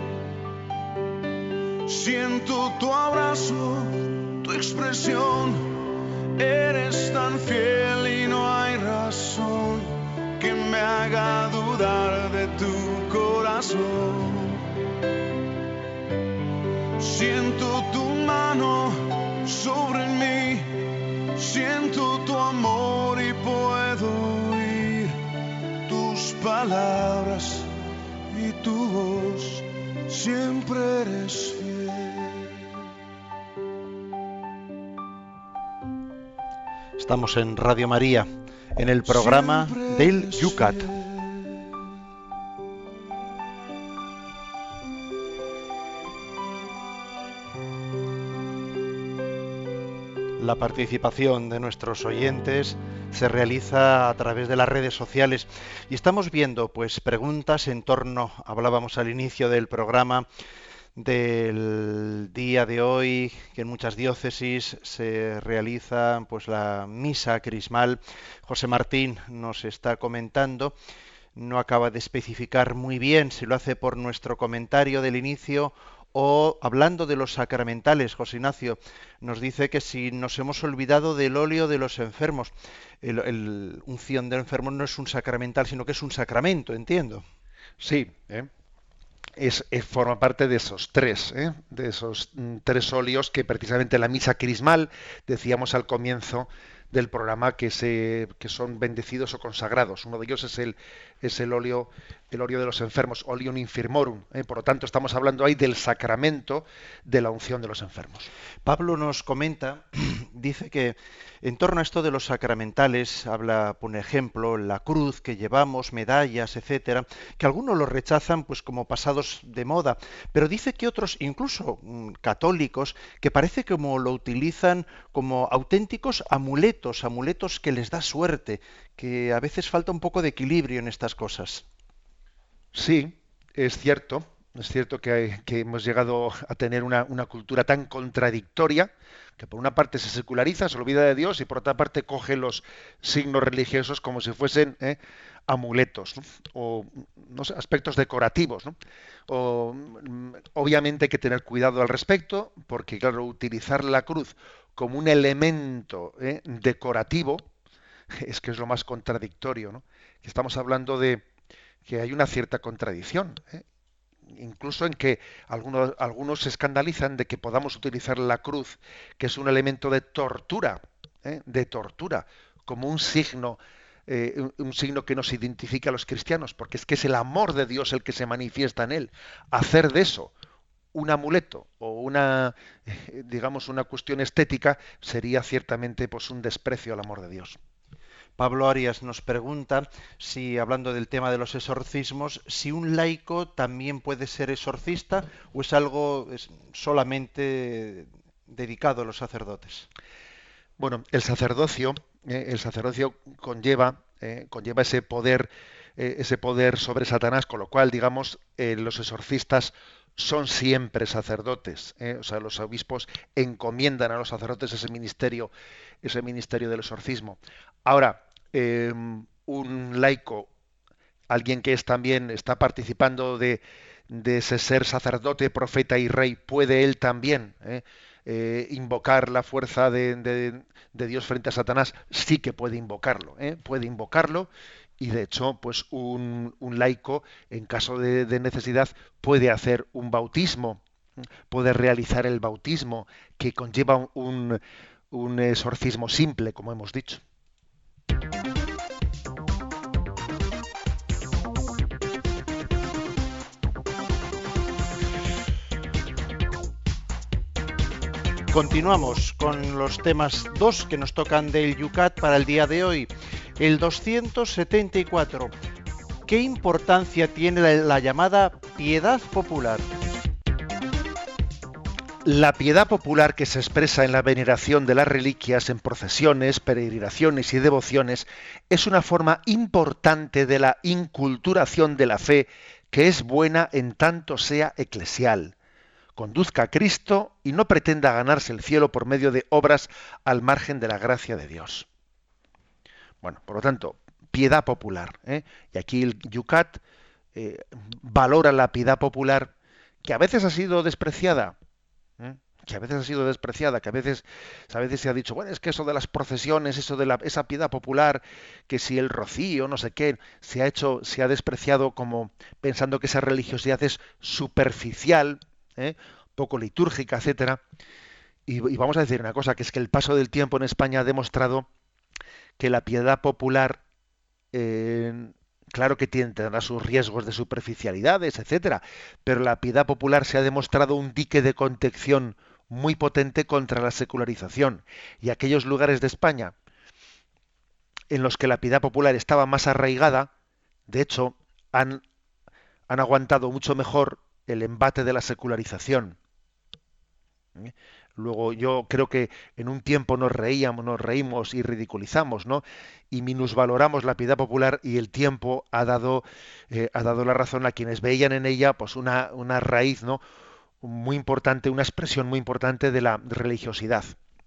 Siento tu abrazo, tu expresión, eres tan fiel y no hay razón que me haga dudar de tu corazón. Siento tu mano sobre mí, siento tu amor y puedo oír tus palabras y tu voz, siempre eres fiel. Estamos en Radio María, en el programa del Yucat. La participación de nuestros oyentes se realiza a través de las redes sociales y estamos viendo pues preguntas en torno, hablábamos al inicio del programa, del día de hoy, que en muchas diócesis se realiza pues la misa crismal. José Martín nos está comentando, no acaba de especificar muy bien si lo hace por nuestro comentario del inicio o hablando de los sacramentales. José Ignacio nos dice que si nos hemos olvidado del óleo de los enfermos, el, el unción de enfermos no es un sacramental, sino que es un sacramento, entiendo. Sí, ¿eh? Es, es, forma parte de esos tres, ¿eh? de esos mm, tres óleos que precisamente la misa crismal, decíamos al comienzo del programa, que se que son bendecidos o consagrados. Uno de ellos es el es el óleo el óleo de los enfermos, oleum infirmorum, ¿eh? Por lo tanto estamos hablando ahí del sacramento de la unción de los enfermos. Pablo nos comenta, dice que en torno a esto de los sacramentales, habla, por ejemplo, la cruz que llevamos, medallas, etcétera, que algunos lo rechazan pues como pasados de moda, pero dice que otros, incluso mmm, católicos, que parece como lo utilizan como auténticos amuletos, amuletos que les da suerte, que a veces falta un poco de equilibrio en estas cosas. Sí, es cierto, es cierto que, hay, que hemos llegado a tener una, una cultura tan contradictoria, que por una parte se seculariza, se olvida de Dios, y por otra parte coge los signos religiosos como si fuesen eh, amuletos, ¿no? O no sé, aspectos decorativos, ¿no? O, obviamente hay que tener cuidado al respecto, porque claro, utilizar la cruz como un elemento eh, decorativo es que es lo más contradictorio, ¿no? Que estamos hablando de que hay una cierta contradicción, ¿eh? Incluso en que algunos, algunos se escandalizan de que podamos utilizar la cruz, que es un elemento de tortura, ¿eh? de tortura, como un signo, eh, un, un signo que nos identifica a los cristianos, porque es que es el amor de Dios el que se manifiesta en él. Hacer de eso un amuleto o una, eh, digamos, una cuestión estética sería ciertamente pues un desprecio al amor de Dios. Pablo Arias nos pregunta si, hablando del tema de los exorcismos, si un laico también puede ser exorcista o es algo es solamente dedicado a los sacerdotes. Bueno, el sacerdocio eh, el sacerdocio conlleva, eh, conlleva ese poder, eh, ese poder sobre Satanás, con lo cual, digamos, eh, los exorcistas son siempre sacerdotes, ¿eh? O sea, los obispos encomiendan a los sacerdotes ese ministerio, ese ministerio del exorcismo. Ahora, eh, un laico, alguien que es también está participando de, de ese ser sacerdote, profeta y rey, puede él también ¿eh? Eh, invocar la fuerza de, de, de Dios frente a Satanás. Sí que puede invocarlo, ¿eh? puede invocarlo. Y de hecho, pues un, un laico, en caso de, de necesidad, puede hacer un bautismo, puede realizar el bautismo, que conlleva un, un exorcismo simple, como hemos dicho. Continuamos con los temas dos que nos tocan del Yucat para el día de hoy. El doscientos setenta y cuatro. ¿Qué importancia tiene la, la llamada piedad popular? La piedad popular que se expresa en la veneración de las reliquias, en procesiones, peregrinaciones y devociones, es una forma importante de la inculturación de la fe, que es buena en tanto sea eclesial, conduzca a Cristo y no pretenda ganarse el cielo por medio de obras al margen de la gracia de Dios. Bueno, por lo tanto, piedad popular, ¿eh? Y aquí el Yucat eh, valora la piedad popular, que a veces ha sido despreciada, ¿eh? que a veces ha sido despreciada, que a veces, a veces se ha dicho, bueno, es que eso de las procesiones, eso de la, esa piedad popular, que si el rocío, no sé qué, se ha hecho, se ha despreciado como pensando que esa religiosidad es superficial, ¿eh? poco litúrgica, etcétera. Y, y vamos a decir una cosa, que es que el paso del tiempo en España ha demostrado que la piedad popular, eh, claro que tiene, tendrá sus riesgos de superficialidades, etcétera, pero la piedad popular se ha demostrado un dique de contención muy potente contra la secularización. Y aquellos lugares de España en los que la piedad popular estaba más arraigada, de hecho, han, han aguantado mucho mejor el embate de la secularización. ¿Eh? Luego yo creo que en un tiempo nos reíamos, nos reímos y ridiculizamos, ¿no? Y minusvaloramos la piedad popular, y el tiempo ha dado, eh, ha dado la razón a quienes veían en ella pues una, una raíz, ¿no? muy importante, una expresión muy importante de la religiosidad.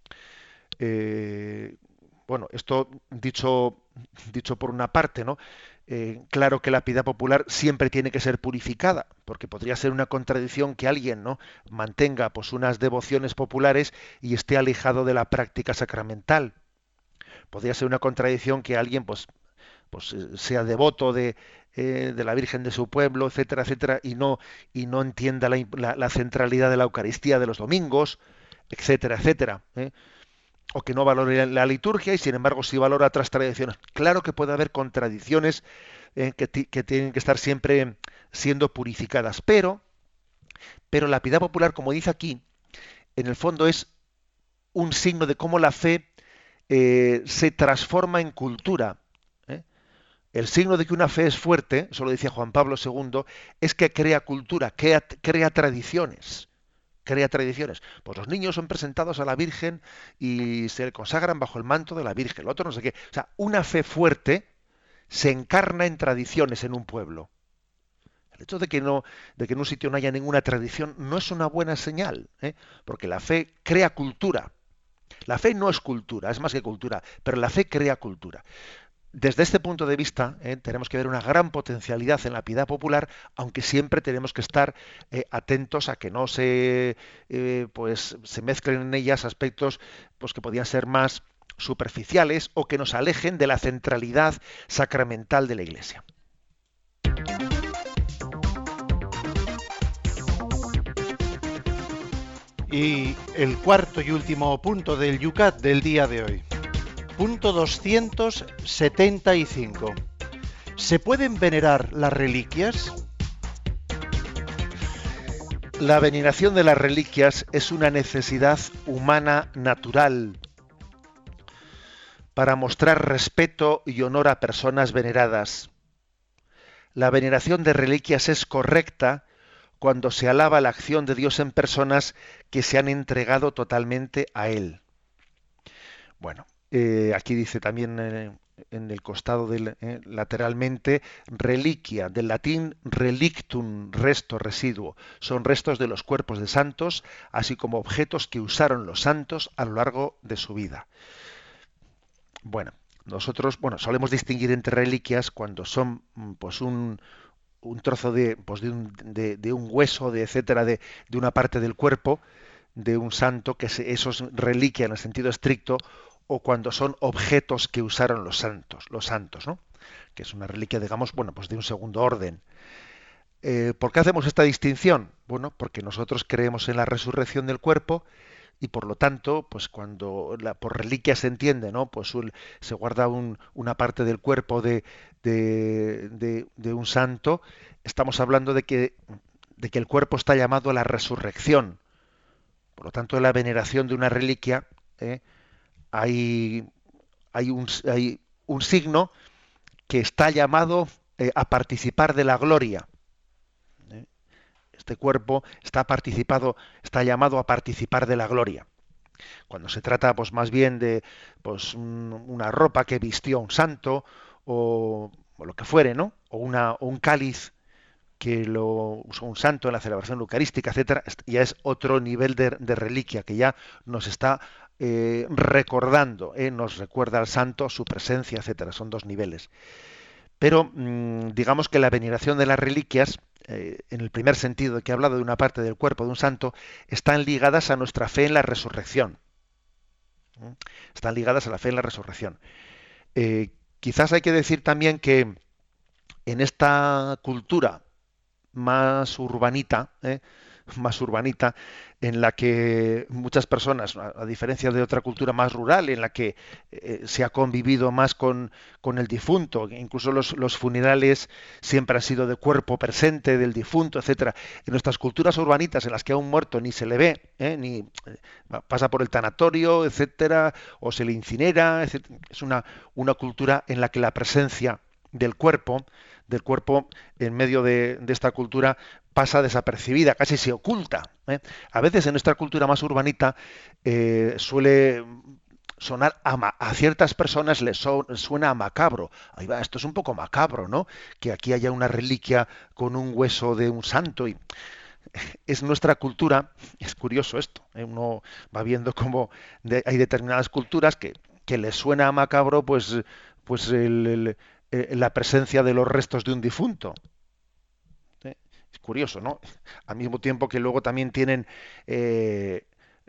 Eh, bueno, esto dicho, dicho por una parte, ¿no? Eh, claro que la piedad popular siempre tiene que ser purificada, porque podría ser una contradicción que alguien, ¿no? mantenga pues unas devociones populares y esté alejado de la práctica sacramental. Podría ser una contradicción que alguien pues, pues sea devoto de, eh, de la Virgen de su pueblo, etcétera, etcétera, y no, y no entienda la, la, la centralidad de la Eucaristía de los domingos, etcétera, etcétera. ¿eh? O que no valore la liturgia y sin embargo sí valora otras tradiciones. Claro que puede haber contradicciones eh, que, que tienen que estar siempre siendo purificadas, pero, pero la piedad popular, como dice aquí, en el fondo es un signo de cómo la fe eh, se transforma en cultura. ¿eh? El signo de que una fe es fuerte, eso lo decía Juan Pablo segundo, es que crea cultura, crea, crea tradiciones. crea tradiciones. Pues los niños son presentados a la Virgen y se consagran bajo el manto de la Virgen, el otro no sé qué. O sea, una fe fuerte se encarna en tradiciones en un pueblo. El hecho de que no, de que en un sitio no haya ninguna tradición no es una buena señal, ¿eh? porque la fe crea cultura. La fe no es cultura, es más que cultura, pero la fe crea cultura. Desde este punto de vista, eh, tenemos que ver una gran potencialidad en la piedad popular, aunque siempre tenemos que estar eh, atentos a que no se, eh, pues, se mezclen en ellas aspectos pues, que podían ser más superficiales o que nos alejen de la centralidad sacramental de la Iglesia. Y el cuarto y último punto del Yucat del día de hoy. Punto doscientos setenta y cinco. ¿Se pueden venerar las reliquias? La veneración de las reliquias es una necesidad humana natural para mostrar respeto y honor a personas veneradas. La veneración de reliquias es correcta cuando se alaba la acción de Dios en personas que se han entregado totalmente a Él. Bueno, Eh, aquí dice también eh, en el costado del, eh, lateralmente, reliquia, del latín relictum, resto, residuo. Son restos de los cuerpos de santos, así como objetos que usaron los santos a lo largo de su vida. Bueno, nosotros, bueno, solemos distinguir entre reliquias cuando son, pues, un, un trozo de, pues, de, un, de, de un hueso, de etcétera, de, de una parte del cuerpo de un santo, que se, eso es reliquia en el sentido estricto, o cuando son objetos que usaron los santos, los santos, ¿no? Que es una reliquia, digamos, bueno, pues de un segundo orden. Eh, ¿Por qué hacemos esta distinción? Bueno, porque nosotros creemos en la resurrección del cuerpo y por lo tanto, pues cuando la, por reliquia se entiende, ¿no? Pues un, se guarda un, una parte del cuerpo de, de, de, de un santo, estamos hablando de que, de que el cuerpo está llamado a la resurrección. Por lo tanto, en la veneración de una reliquia, ¿eh? hay, hay, un, hay un signo que está llamado eh, a participar de la gloria. ¿eh? Este cuerpo está participado, está llamado a participar de la gloria. Cuando se trata, pues, más bien de, pues, un, una ropa que vistió un santo o, o lo que fuere, ¿no? O una o un cáliz que lo usó un santo en la celebración eucarística, etcétera, ya es otro nivel de, de reliquia que ya nos está eh, recordando, eh, nos recuerda al santo, su presencia, etcétera. Son dos niveles. Pero mmm, digamos que la veneración de las reliquias, eh, en el primer sentido de que he hablado de una parte del cuerpo de un santo, están ligadas a nuestra fe en la resurrección. ¿Mm? Están ligadas a la fe en la resurrección. Eh, quizás hay que decir también que en esta cultura más urbanita, ¿eh? más urbanita, en la que muchas personas, a, a diferencia de otra cultura más rural, en la que eh, se ha convivido más con, con el difunto, incluso los, los funerales siempre han sido de cuerpo presente del difunto, etcétera. En nuestras culturas urbanitas, en las que a un muerto ni se le ve, ¿eh? ni eh, pasa por el tanatorio, etcétera, o se le incinera, etcétera. Es una, una cultura en la que la presencia del cuerpo, del cuerpo en medio de, de esta cultura pasa desapercibida, casi se oculta. ¿eh? A veces en nuestra cultura más urbanita eh, suele sonar a, ma- a ciertas personas les so- suena a macabro. Ahí va, esto es un poco macabro, ¿no? Que aquí haya una reliquia con un hueso de un santo y es nuestra cultura. Es curioso esto. ¿eh? Uno va viendo cómo de- hay determinadas culturas que, que les suena a macabro, pues, pues el, el- eh, la presencia de los restos de un difunto. ¿eh? Es curioso, ¿no? Al mismo tiempo que luego también tienen eh,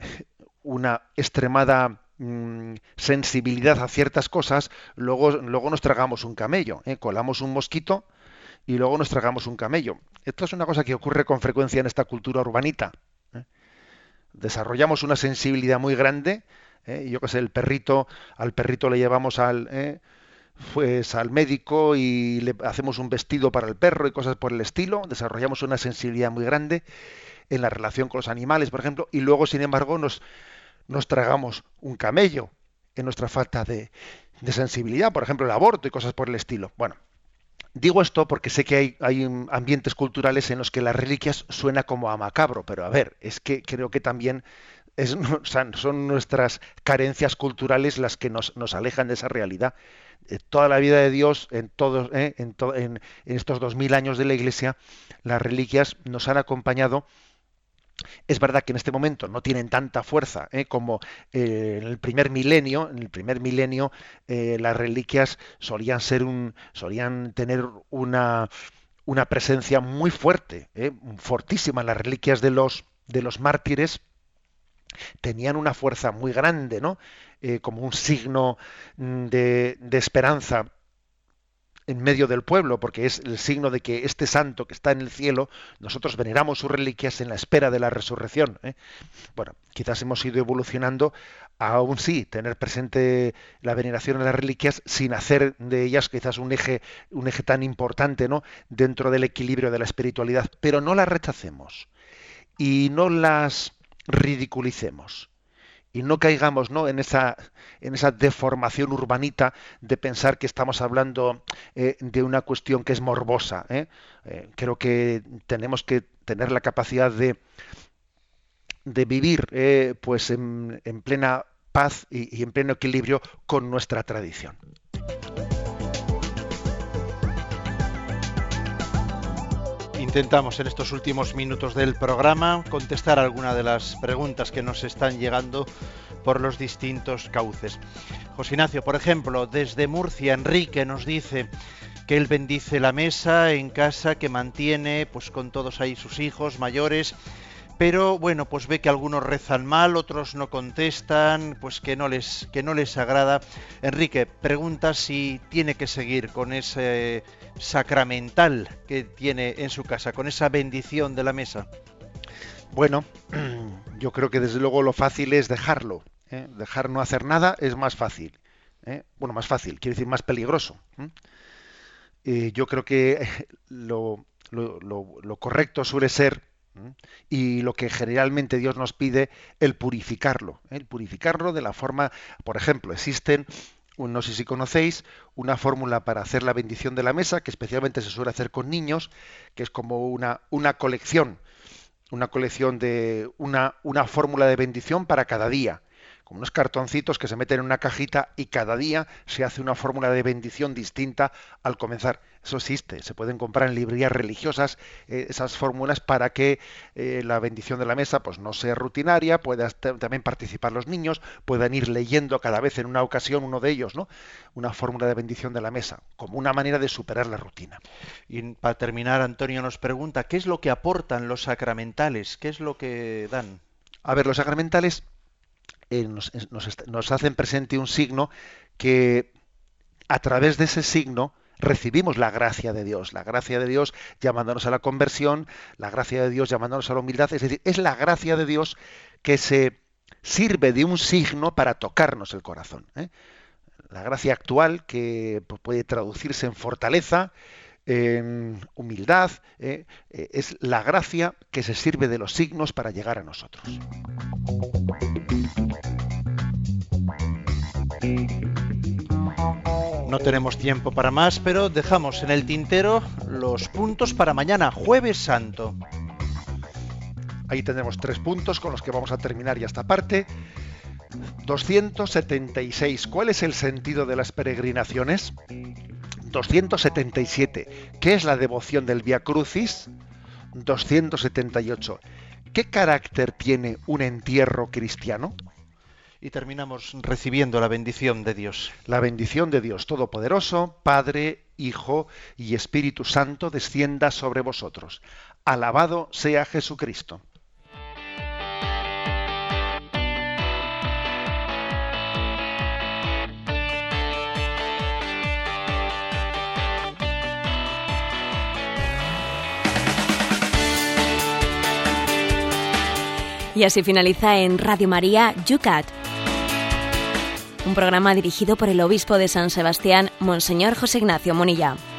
una extremada mm, sensibilidad a ciertas cosas, luego, luego nos tragamos un camello, ¿eh? Colamos un mosquito y luego nos tragamos un camello. Esto es una cosa que ocurre con frecuencia en esta cultura urbanita. ¿eh? Desarrollamos una sensibilidad muy grande. ¿eh? Yo qué sé, el perrito, al perrito le llevamos al... ¿eh? pues al médico y le hacemos un vestido para el perro y cosas por el estilo, desarrollamos una sensibilidad muy grande en la relación con los animales, por ejemplo, y luego, sin embargo, nos, nos tragamos un camello en nuestra falta de, de sensibilidad, por ejemplo, el aborto y cosas por el estilo. Bueno, digo esto porque sé que hay, hay ambientes culturales en los que las reliquias suena como a macabro, pero a ver, es que creo que también es, o sea, son nuestras carencias culturales las que nos, nos alejan de esa realidad. Eh, toda la vida de Dios, en todos, eh, en, to, en, en estos dos mil años de la Iglesia, las reliquias nos han acompañado. Es verdad que en este momento no tienen tanta fuerza ¿eh? como eh, en el primer milenio. En el primer milenio eh, las reliquias solían ser un, solían tener una, una presencia muy fuerte, ¿eh? fortísima. Las reliquias de los de los mártires tenían una fuerza muy grande, ¿no? Eh, como un signo mm, de, de esperanza en medio del pueblo, porque es el signo de que este santo que está en el cielo, nosotros veneramos sus reliquias en la espera de la resurrección. ¿eh? Bueno, quizás hemos ido evolucionando a aún sí tener presente la veneración de las reliquias sin hacer de ellas quizás un eje, un eje tan importante, ¿no? dentro del equilibrio de la espiritualidad, pero no las rechacemos y no las ridiculicemos. Y no caigamos ¿no? en esa en esa deformación urbanita de pensar que estamos hablando eh, de una cuestión que es morbosa. ¿eh? Eh, creo que tenemos que tener la capacidad de, de vivir eh, pues en, en plena paz y, y en pleno equilibrio con nuestra tradición. Intentamos en estos últimos minutos del programa contestar alguna de las preguntas que nos están llegando por los distintos cauces. José Ignacio, por ejemplo, desde Murcia, Enrique nos dice que él bendice la mesa en casa, que mantiene pues con todos ahí sus hijos mayores, pero bueno, pues ve que algunos rezan mal, otros no contestan, pues que no les, que no les agrada. Enrique pregunta si tiene que seguir con ese sacramental que tiene en su casa, con esa bendición de la mesa. Bueno, yo creo que desde luego lo fácil es dejarlo, ¿eh? Dejar no hacer nada es más fácil, ¿eh? Bueno, más fácil, quiere decir más peligroso, ¿eh? Eh, yo creo que lo, lo, lo, lo correcto suele ser, ¿eh? Y lo que generalmente Dios nos pide, el purificarlo, ¿eh? El purificarlo de la forma, por ejemplo, existen, no sé si conocéis, una fórmula para hacer la bendición de la mesa, que especialmente se suele hacer con niños, que es como una, una colección, una colección de una, una fórmula de bendición para cada día, como unos cartoncitos que se meten en una cajita y cada día se hace una fórmula de bendición distinta al comenzar. Eso existe, se pueden comprar en librerías religiosas eh, esas fórmulas para que eh, la bendición de la mesa pues no sea rutinaria, puedan también participar los niños, puedan ir leyendo cada vez en una ocasión uno de ellos, ¿no? Una fórmula de bendición de la mesa, como una manera de superar la rutina. Y para terminar, Antonio nos pregunta, ¿qué es lo que aportan los sacramentales? ¿Qué es lo que dan? A ver, los sacramentales Eh, nos, nos, nos hacen presente un signo que a través de ese signo recibimos la gracia de Dios, la gracia de Dios llamándonos a la conversión, la gracia de Dios llamándonos a la humildad, es decir, es la gracia de Dios que se sirve de un signo para tocarnos el corazón, ¿eh? La gracia actual que pues, puede traducirse en fortaleza, en humildad, ¿eh? Es la gracia que se sirve de los signos para llegar a nosotros. No tenemos tiempo para más, pero dejamos en el tintero los puntos para mañana, Jueves Santo. Ahí tenemos tres puntos con los que vamos a terminar ya esta parte. doscientos setenta y seis. ¿Cuál es el sentido de las peregrinaciones? doscientos setenta y siete. ¿Qué es la devoción del Vía Crucis? doscientos setenta y ocho. ¿Qué carácter tiene un entierro cristiano? Y terminamos recibiendo la bendición de Dios. La bendición de Dios Todopoderoso, Padre, Hijo y Espíritu Santo, descienda sobre vosotros. Alabado sea Jesucristo. Y así finaliza en Radio María Yucat, un programa dirigido por el obispo de San Sebastián, Monseñor José Ignacio Munilla.